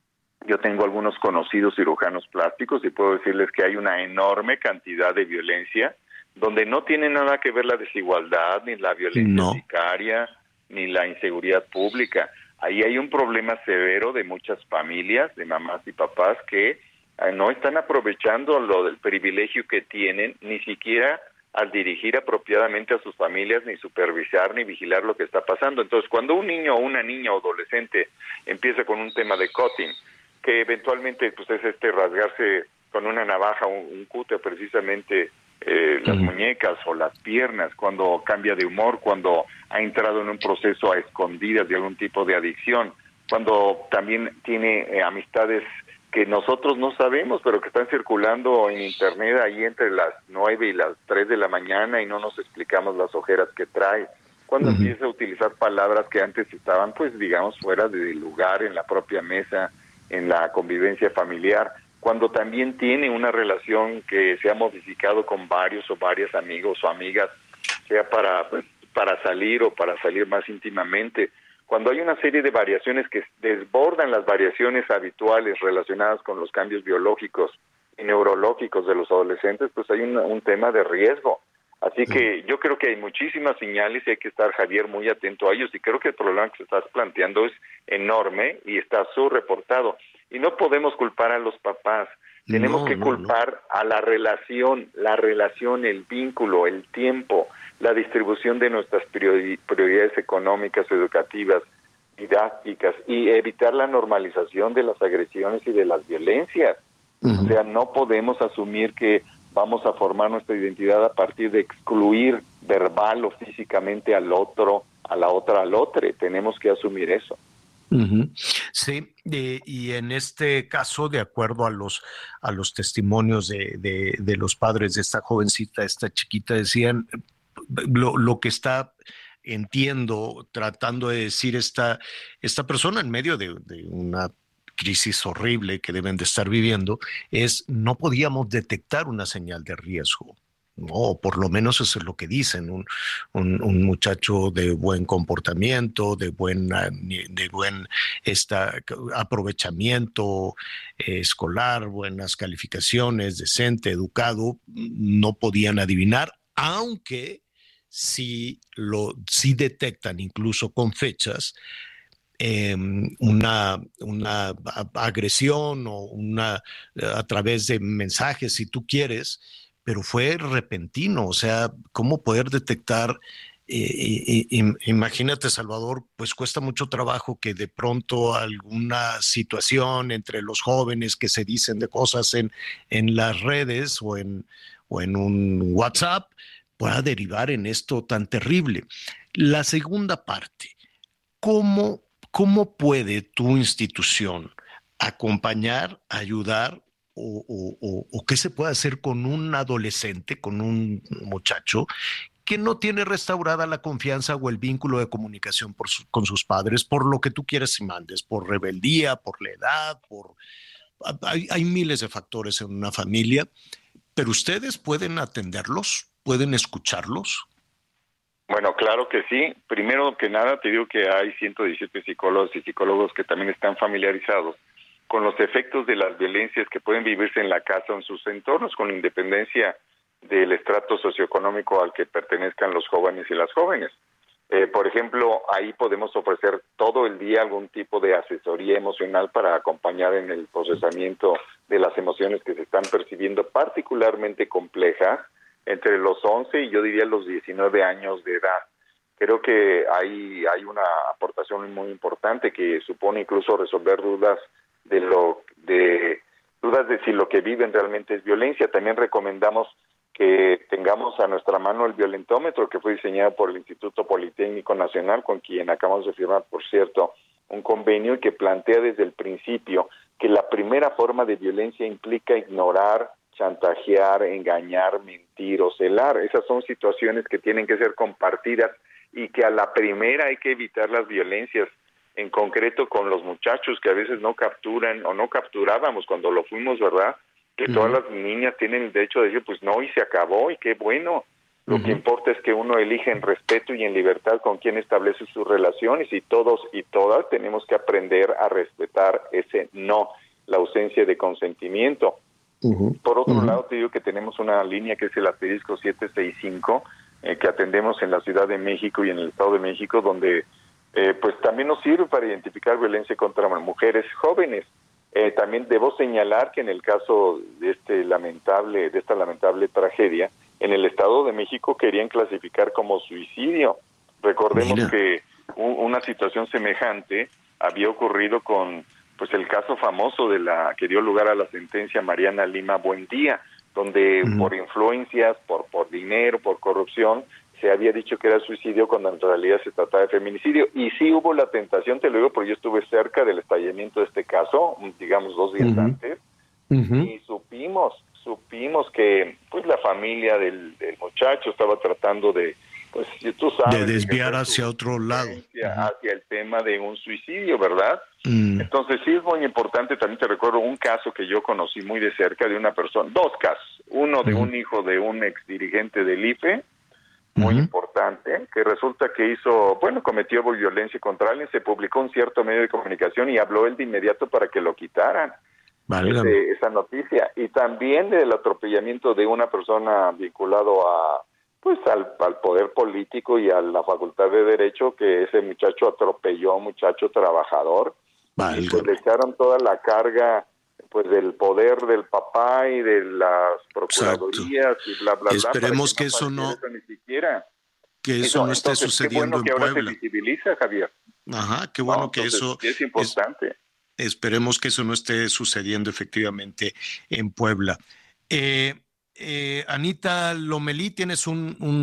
Yo tengo algunos conocidos cirujanos plásticos y puedo decirles que hay una enorme cantidad de violencia donde no tiene nada que ver la desigualdad, ni la violencia sicaria, ni la inseguridad pública. Ahí hay un problema severo de muchas familias, de mamás y papás, que no están aprovechando lo del privilegio que tienen, ni siquiera al dirigir apropiadamente a sus familias, ni supervisar, ni vigilar lo que está pasando. Entonces, cuando un niño o una niña o adolescente empieza con un tema de cutting, que eventualmente pues es rasgarse con una navaja, un cúter precisamente las muñecas o las piernas, cuando cambia de humor, cuando ha entrado en un proceso a escondidas de algún tipo de adicción, cuando también tiene amistades que nosotros no sabemos, pero que están circulando en internet ahí entre las 9 y las 3 de la mañana y no nos explicamos las ojeras que trae. Cuando empieza a utilizar palabras que antes estaban, pues digamos, fuera de lugar en la propia mesa, en la convivencia familiar. Cuando también tiene una relación que se ha modificado con varios o varias amigos o amigas, sea para salir o para salir más íntimamente. Cuando hay una serie de variaciones que desbordan las variaciones habituales relacionadas con los cambios biológicos y neurológicos de los adolescentes, pues hay un tema de riesgo. Así que yo creo que hay muchísimas señales y hay que estar, Javier, muy atento a ellos. Y creo que el problema que se está planteando es enorme y está subreportado. Y no podemos culpar a los papás. Tenemos que culpar a la relación, el vínculo, el tiempo, la distribución de nuestras prioridades económicas, educativas, didácticas y evitar la normalización de las agresiones y de las violencias. O sea, no podemos asumir que vamos a formar nuestra identidad a partir de excluir verbal o físicamente al otro, a la otra, al otro. Tenemos que asumir eso. Uh-huh. Sí, y en este caso, de acuerdo a los testimonios de los padres de esta jovencita, esta chiquita, decían lo que está, entiendo, tratando de decir esta persona en medio de una crisis horrible que deben de estar viviendo, no podíamos detectar una señal de riesgo. No, o por lo menos eso es lo que dicen, un muchacho de buen comportamiento, de buen aprovechamiento escolar, buenas calificaciones, decente, educado, no podían adivinar, aunque sí detectan incluso con fechas una agresión o a través de mensajes, si tú quieres, pero fue repentino. O sea, ¿cómo poder detectar? Imagínate, Salvador, pues cuesta mucho trabajo que de pronto alguna situación entre los jóvenes que se dicen de cosas en las redes o en un WhatsApp pueda derivar en esto tan terrible. La segunda parte, ¿cómo puede tu institución acompañar, ayudar o qué se puede hacer con un adolescente, con un muchacho que no tiene restaurada la confianza o el vínculo de comunicación con sus padres, por lo que tú quieras y mandes, por rebeldía, por la edad, hay miles de factores en una familia, pero ustedes pueden atenderlos, pueden escucharlos? Bueno, claro que sí. Primero que nada, te digo que hay 117 psicólogos y psicólogos que también están familiarizados con los efectos de las violencias que pueden vivirse en la casa o en sus entornos, con independencia del estrato socioeconómico al que pertenezcan los jóvenes y las jóvenes. Por ejemplo, ahí podemos ofrecer todo el día algún tipo de asesoría emocional para acompañar en el procesamiento de las emociones que se están percibiendo, particularmente complejas, entre los 11 y yo diría los 19 años de edad. Creo que hay una aportación muy importante que supone incluso resolver dudas de si lo que viven realmente es violencia. También recomendamos que tengamos a nuestra mano el violentómetro, que fue diseñado por el Instituto Politécnico Nacional, con quien acabamos de firmar, por cierto, un convenio, y que plantea desde el principio que la primera forma de violencia implica ignorar, chantajear, engañar, mentir o celar. Esas son situaciones que tienen que ser compartidas y que a la primera hay que evitar las violencias, en concreto con los muchachos que a veces no capturan o no capturábamos cuando lo fuimos, ¿verdad? Que todas las niñas tienen el derecho de decir, pues no, y se acabó, y qué bueno. Lo que importa es que uno elige en respeto y en libertad con quién establece sus relaciones, y todos y todas tenemos que aprender a respetar ese no, la ausencia de consentimiento. Por otro lado, te digo que tenemos una línea que es el asterisco 765, que atendemos en la Ciudad de México y en el Estado de México, donde pues también nos sirve para identificar violencia contra mujeres jóvenes. También debo señalar que en el caso de esta lamentable tragedia, en el Estado de México querían clasificar como suicidio. Recordemos que una situación semejante había ocurrido con pues el caso famoso que dio lugar a la sentencia Mariana Lima Buendía, donde por influencias, por dinero, por corrupción, se había dicho que era suicidio cuando en realidad se trataba de feminicidio. Y sí hubo la tentación, te lo digo porque yo estuve cerca del estallamiento de este caso, digamos 2 días antes, y supimos que pues la familia del muchacho estaba tratando de, pues tú sabes, de desviar hacia otro lado, hacia el tema de un suicidio, ¿verdad? Entonces sí es muy importante. También te recuerdo un caso que yo conocí muy de cerca de una persona, 2 casos, uno de un hijo de un exdirigente del IFE, muy importante, que resulta que cometió violencia contra alguien, se publicó en cierto medio de comunicación y habló él de inmediato para que lo quitaran. Esa noticia. Y también del atropellamiento de una persona vinculado al poder político y a la facultad de Derecho, que ese muchacho atropelló a un muchacho trabajador. Y pues le echaron toda la carga pues del poder del papá y de las procuradurías y bla, bla, bla. Esperemos que eso no ni siquiera. Que eso no esté sucediendo en Puebla. Qué bueno que ahora se visibiliza, Javier. Ajá, qué bueno que eso es importante. Esperemos que eso no esté sucediendo efectivamente en Puebla. Anita Lomelí, tienes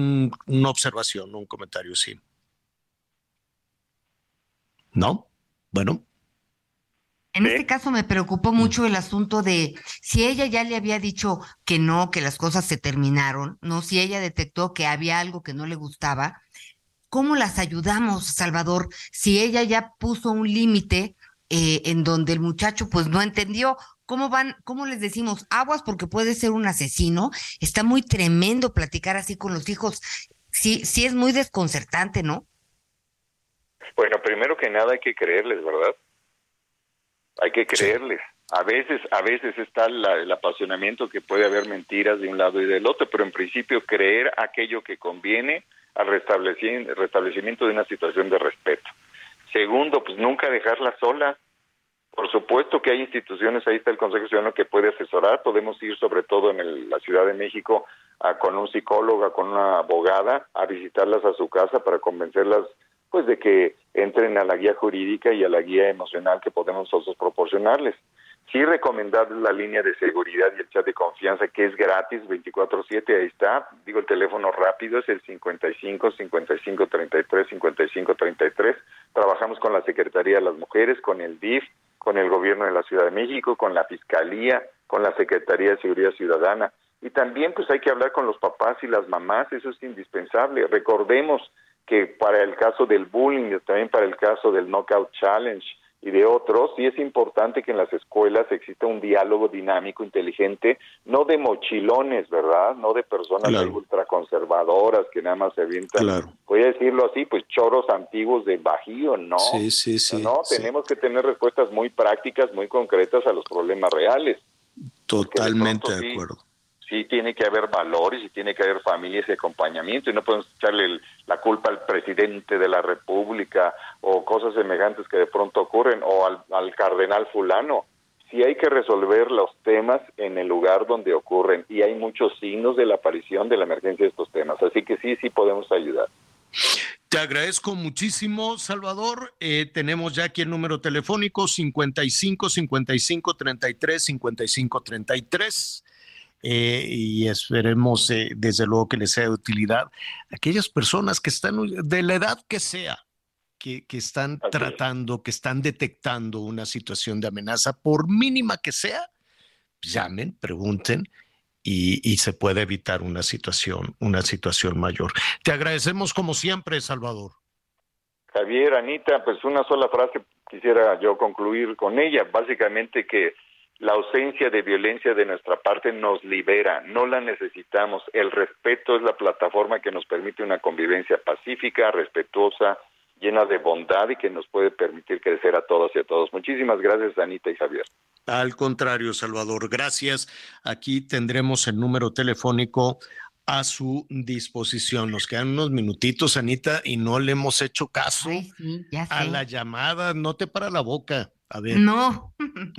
una observación, un comentario, sí. ¿No? Bueno. En este caso me preocupó mucho el asunto de si ella ya le había dicho que no, que las cosas se terminaron, ¿no? Si ella detectó que había algo que no le gustaba, ¿cómo las ayudamos, Salvador? Si ella ya puso un límite en donde el muchacho pues no entendió, ¿cómo les decimos? Aguas porque puede ser un asesino. Está muy tremendo platicar así con los hijos. Sí, sí es muy desconcertante, ¿no? Bueno, primero que nada hay que creerles, ¿verdad? Hay que creerles. A veces está el apasionamiento que puede haber mentiras de un lado y del otro, pero en principio creer aquello que conviene al restablecimiento de una situación de respeto. Segundo, pues nunca dejarla sola. Por supuesto que hay instituciones, ahí está el Consejo Ciudadano que puede asesorar, podemos ir sobre todo en la Ciudad de México con un psicólogo, con una abogada, a visitarlas a su casa para convencerlas pues de que entren a la guía jurídica y a la guía emocional que podemos nosotros proporcionarles. Sí recomendarles la línea de seguridad y el chat de confianza que es gratis, 24/7, ahí está. Digo, el teléfono rápido es el 55 55 33 55 33. Trabajamos con la Secretaría de las Mujeres, con el DIF, con el Gobierno de la Ciudad de México, con la Fiscalía, con la Secretaría de Seguridad Ciudadana. Y también pues hay que hablar con los papás y las mamás, eso es indispensable. Recordemos que para el caso del bullying, también para el caso del Knockout Challenge y de otros, sí es importante que en las escuelas exista un diálogo dinámico, inteligente, no de mochilones, ¿verdad? No de personas ultraconservadoras que nada más se avientan, voy a decirlo así, pues choros antiguos de bajío, ¿no? Sí. No, tenemos que tener respuestas muy prácticas, muy concretas a los problemas reales. Totalmente de acuerdo. Sí tiene que haber valores y tiene que haber familias y acompañamiento y no podemos echarle la culpa al presidente de la República o cosas semejantes que de pronto ocurren o al cardenal fulano. Sí hay que resolver los temas en el lugar donde ocurren y hay muchos signos de la aparición de la emergencia de estos temas, así que sí podemos ayudar. Te agradezco muchísimo, Salvador. Tenemos ya aquí el número telefónico 55 55 33 55 33. Y esperemos desde luego que les sea de utilidad a aquellas personas que están de la edad que sea, que están tratando, que están detectando una situación de amenaza, por mínima que sea, llamen, pregunten y se puede evitar una situación mayor. Te agradecemos como siempre, Salvador. Javier, Anita, pues una sola frase quisiera yo concluir con ella, básicamente que la ausencia de violencia de nuestra parte nos libera, no la necesitamos. El respeto es la plataforma que nos permite una convivencia pacífica, respetuosa, llena de bondad y que nos puede permitir crecer a todas y a todos. Muchísimas gracias, Anita y Javier. Al contrario, Salvador, gracias. Aquí tendremos el número telefónico a su disposición. Nos quedan unos minutitos, Anita, y no le hemos hecho caso a la llamada. No te para la boca. A ver. No,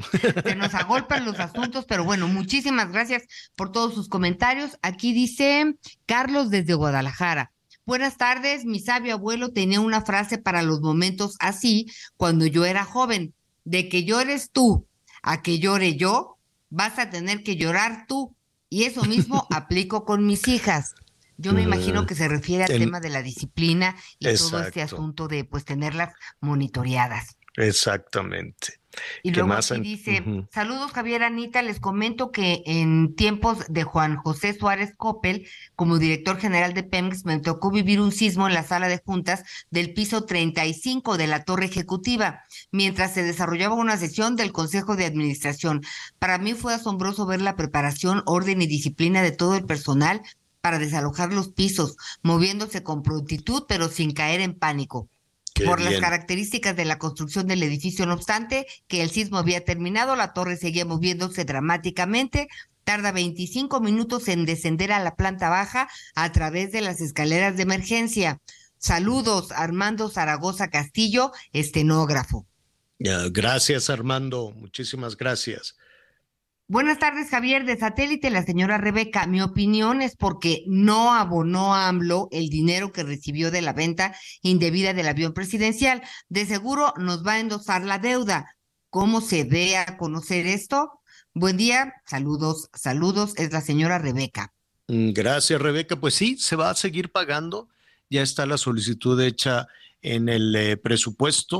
se nos agolpan los asuntos, pero bueno, muchísimas gracias por todos sus comentarios. Aquí dice Carlos desde Guadalajara. Buenas tardes, mi sabio abuelo tenía una frase para los momentos así cuando yo era joven, de que llores tú a que llore yo, vas a tener que llorar tú. Y eso mismo aplico con mis hijas. Yo me imagino que se refiere al tema de la disciplina y todo este asunto de pues tenerlas monitoreadas. Exactamente. Y luego aquí dice, saludos Javier, Anita, les comento que en tiempos de Juan José Suárez Coppel, como director general de Pemex, me tocó vivir un sismo en la sala de juntas del piso 35 de la torre ejecutiva, mientras se desarrollaba una sesión del Consejo de Administración. Para mí fue asombroso ver la preparación, orden y disciplina de todo el personal para desalojar los pisos, moviéndose con prontitud pero sin caer en pánico. Por las características de la construcción del edificio, no obstante, que el sismo había terminado, la torre seguía moviéndose dramáticamente. Tarda 25 minutos en descender a la planta baja a través de las escaleras de emergencia. Saludos, Armando Zaragoza Castillo, estenógrafo. Gracias, Armando. Muchísimas gracias. Buenas tardes, Javier, de satélite, la señora Rebeca. Mi opinión es porque no abonó a AMLO el dinero que recibió de la venta indebida del avión presidencial. De seguro nos va a endosar la deuda. ¿Cómo se dé a conocer esto? Buen día, saludos, es la señora Rebeca. Gracias, Rebeca. Pues sí, se va a seguir pagando. Ya está la solicitud hecha en el presupuesto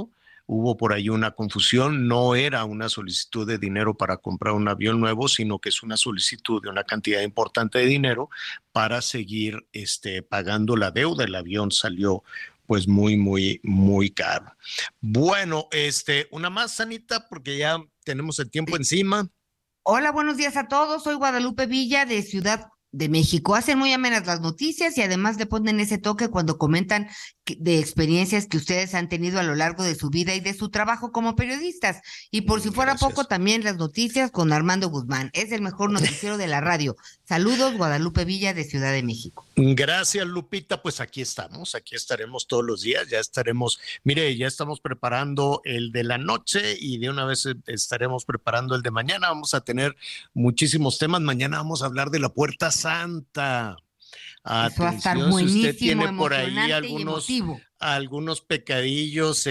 hubo por ahí una confusión, no era una solicitud de dinero para comprar un avión nuevo, sino que es una solicitud de una cantidad importante de dinero para seguir pagando la deuda. El avión salió pues muy caro. Bueno, una más, Anita, porque ya tenemos el tiempo encima. Hola, buenos días a todos. Soy Guadalupe Villa de Ciudad de México. Hacen muy amenas las noticias y además le ponen ese toque cuando comentan de experiencias que ustedes han tenido a lo largo de su vida y de su trabajo como periodistas. Y por si fuera poco, también las noticias con Armando Guzmán. Es el mejor noticiero de la radio. Saludos, Guadalupe Villa de Ciudad de México. Gracias, Lupita. Pues aquí estamos, aquí estaremos todos los días. Ya estamos preparando el de la noche y de una vez estaremos preparando el de mañana. Vamos a tener muchísimos temas. Mañana vamos a hablar de la Puerta Santa. Eso va a estar buenísimo, si usted tiene por ahí algunos pecadillos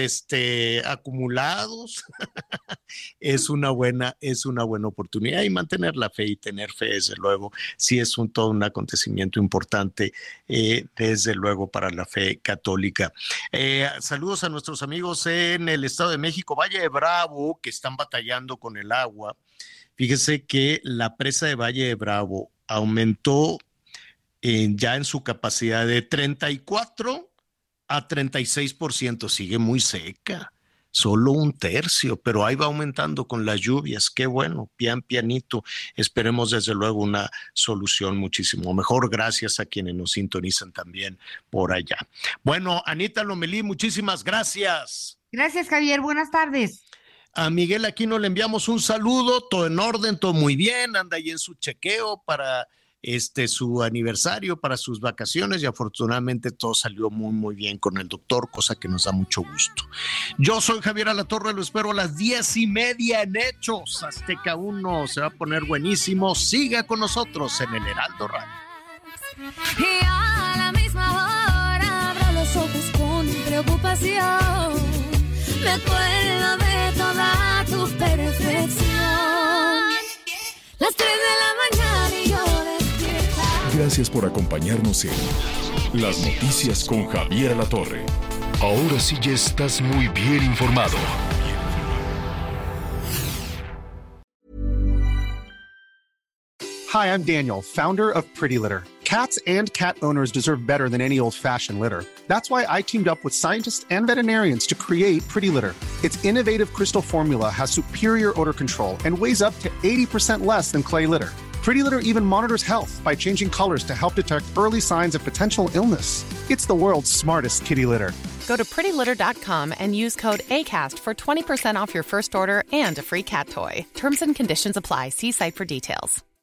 acumulados, es una buena oportunidad, y mantener la fe y tener fe, desde luego, sí es todo un acontecimiento importante, desde luego, para la fe católica. Saludos a nuestros amigos en el Estado de México, Valle de Bravo, que están batallando con el agua. Fíjese que la presa de Valle de Bravo aumentó ya en su capacidad de 34 a 36%, sigue muy seca, solo un tercio, pero ahí va aumentando con las lluvias. Qué bueno, pianito. Esperemos desde luego una solución muchísimo mejor, gracias a quienes nos sintonizan también por allá. Bueno, Anita Lomelí, muchísimas gracias. Gracias, Javier, buenas tardes. A Miguel Aquino le enviamos un saludo, todo en orden, todo muy bien, anda ahí en su chequeo para su aniversario, para sus vacaciones, y afortunadamente todo salió muy bien con el doctor, cosa que nos da mucho gusto. Yo soy Javier Alatorre, lo espero a las 10:30 en Hechos Azteca 1, se va a poner buenísimo. Siga con nosotros en el Heraldo Radio. Y a la misma hora abro los ojos con preocupación, me acuerdo de toda tu perfección. Las 3 de la mañana y yo despierta. Gracias por acompañarnos en Las Noticias con Javier Alatorre. Ahora sí ya estás muy bien informado. Hi, I'm Daniel, founder of Pretty Litter. Cats and cat owners deserve better than any old-fashioned litter. That's why I teamed up with scientists and veterinarians to create Pretty Litter. Its innovative crystal formula has superior odor control and weighs up to 80% less than clay litter. Pretty Litter even monitors health by changing colors to help detect early signs of potential illness. It's the world's smartest kitty litter. Go to prettylitter.com and use code ACAST for 20% off your first order and a free cat toy. Terms and conditions apply. See site for details.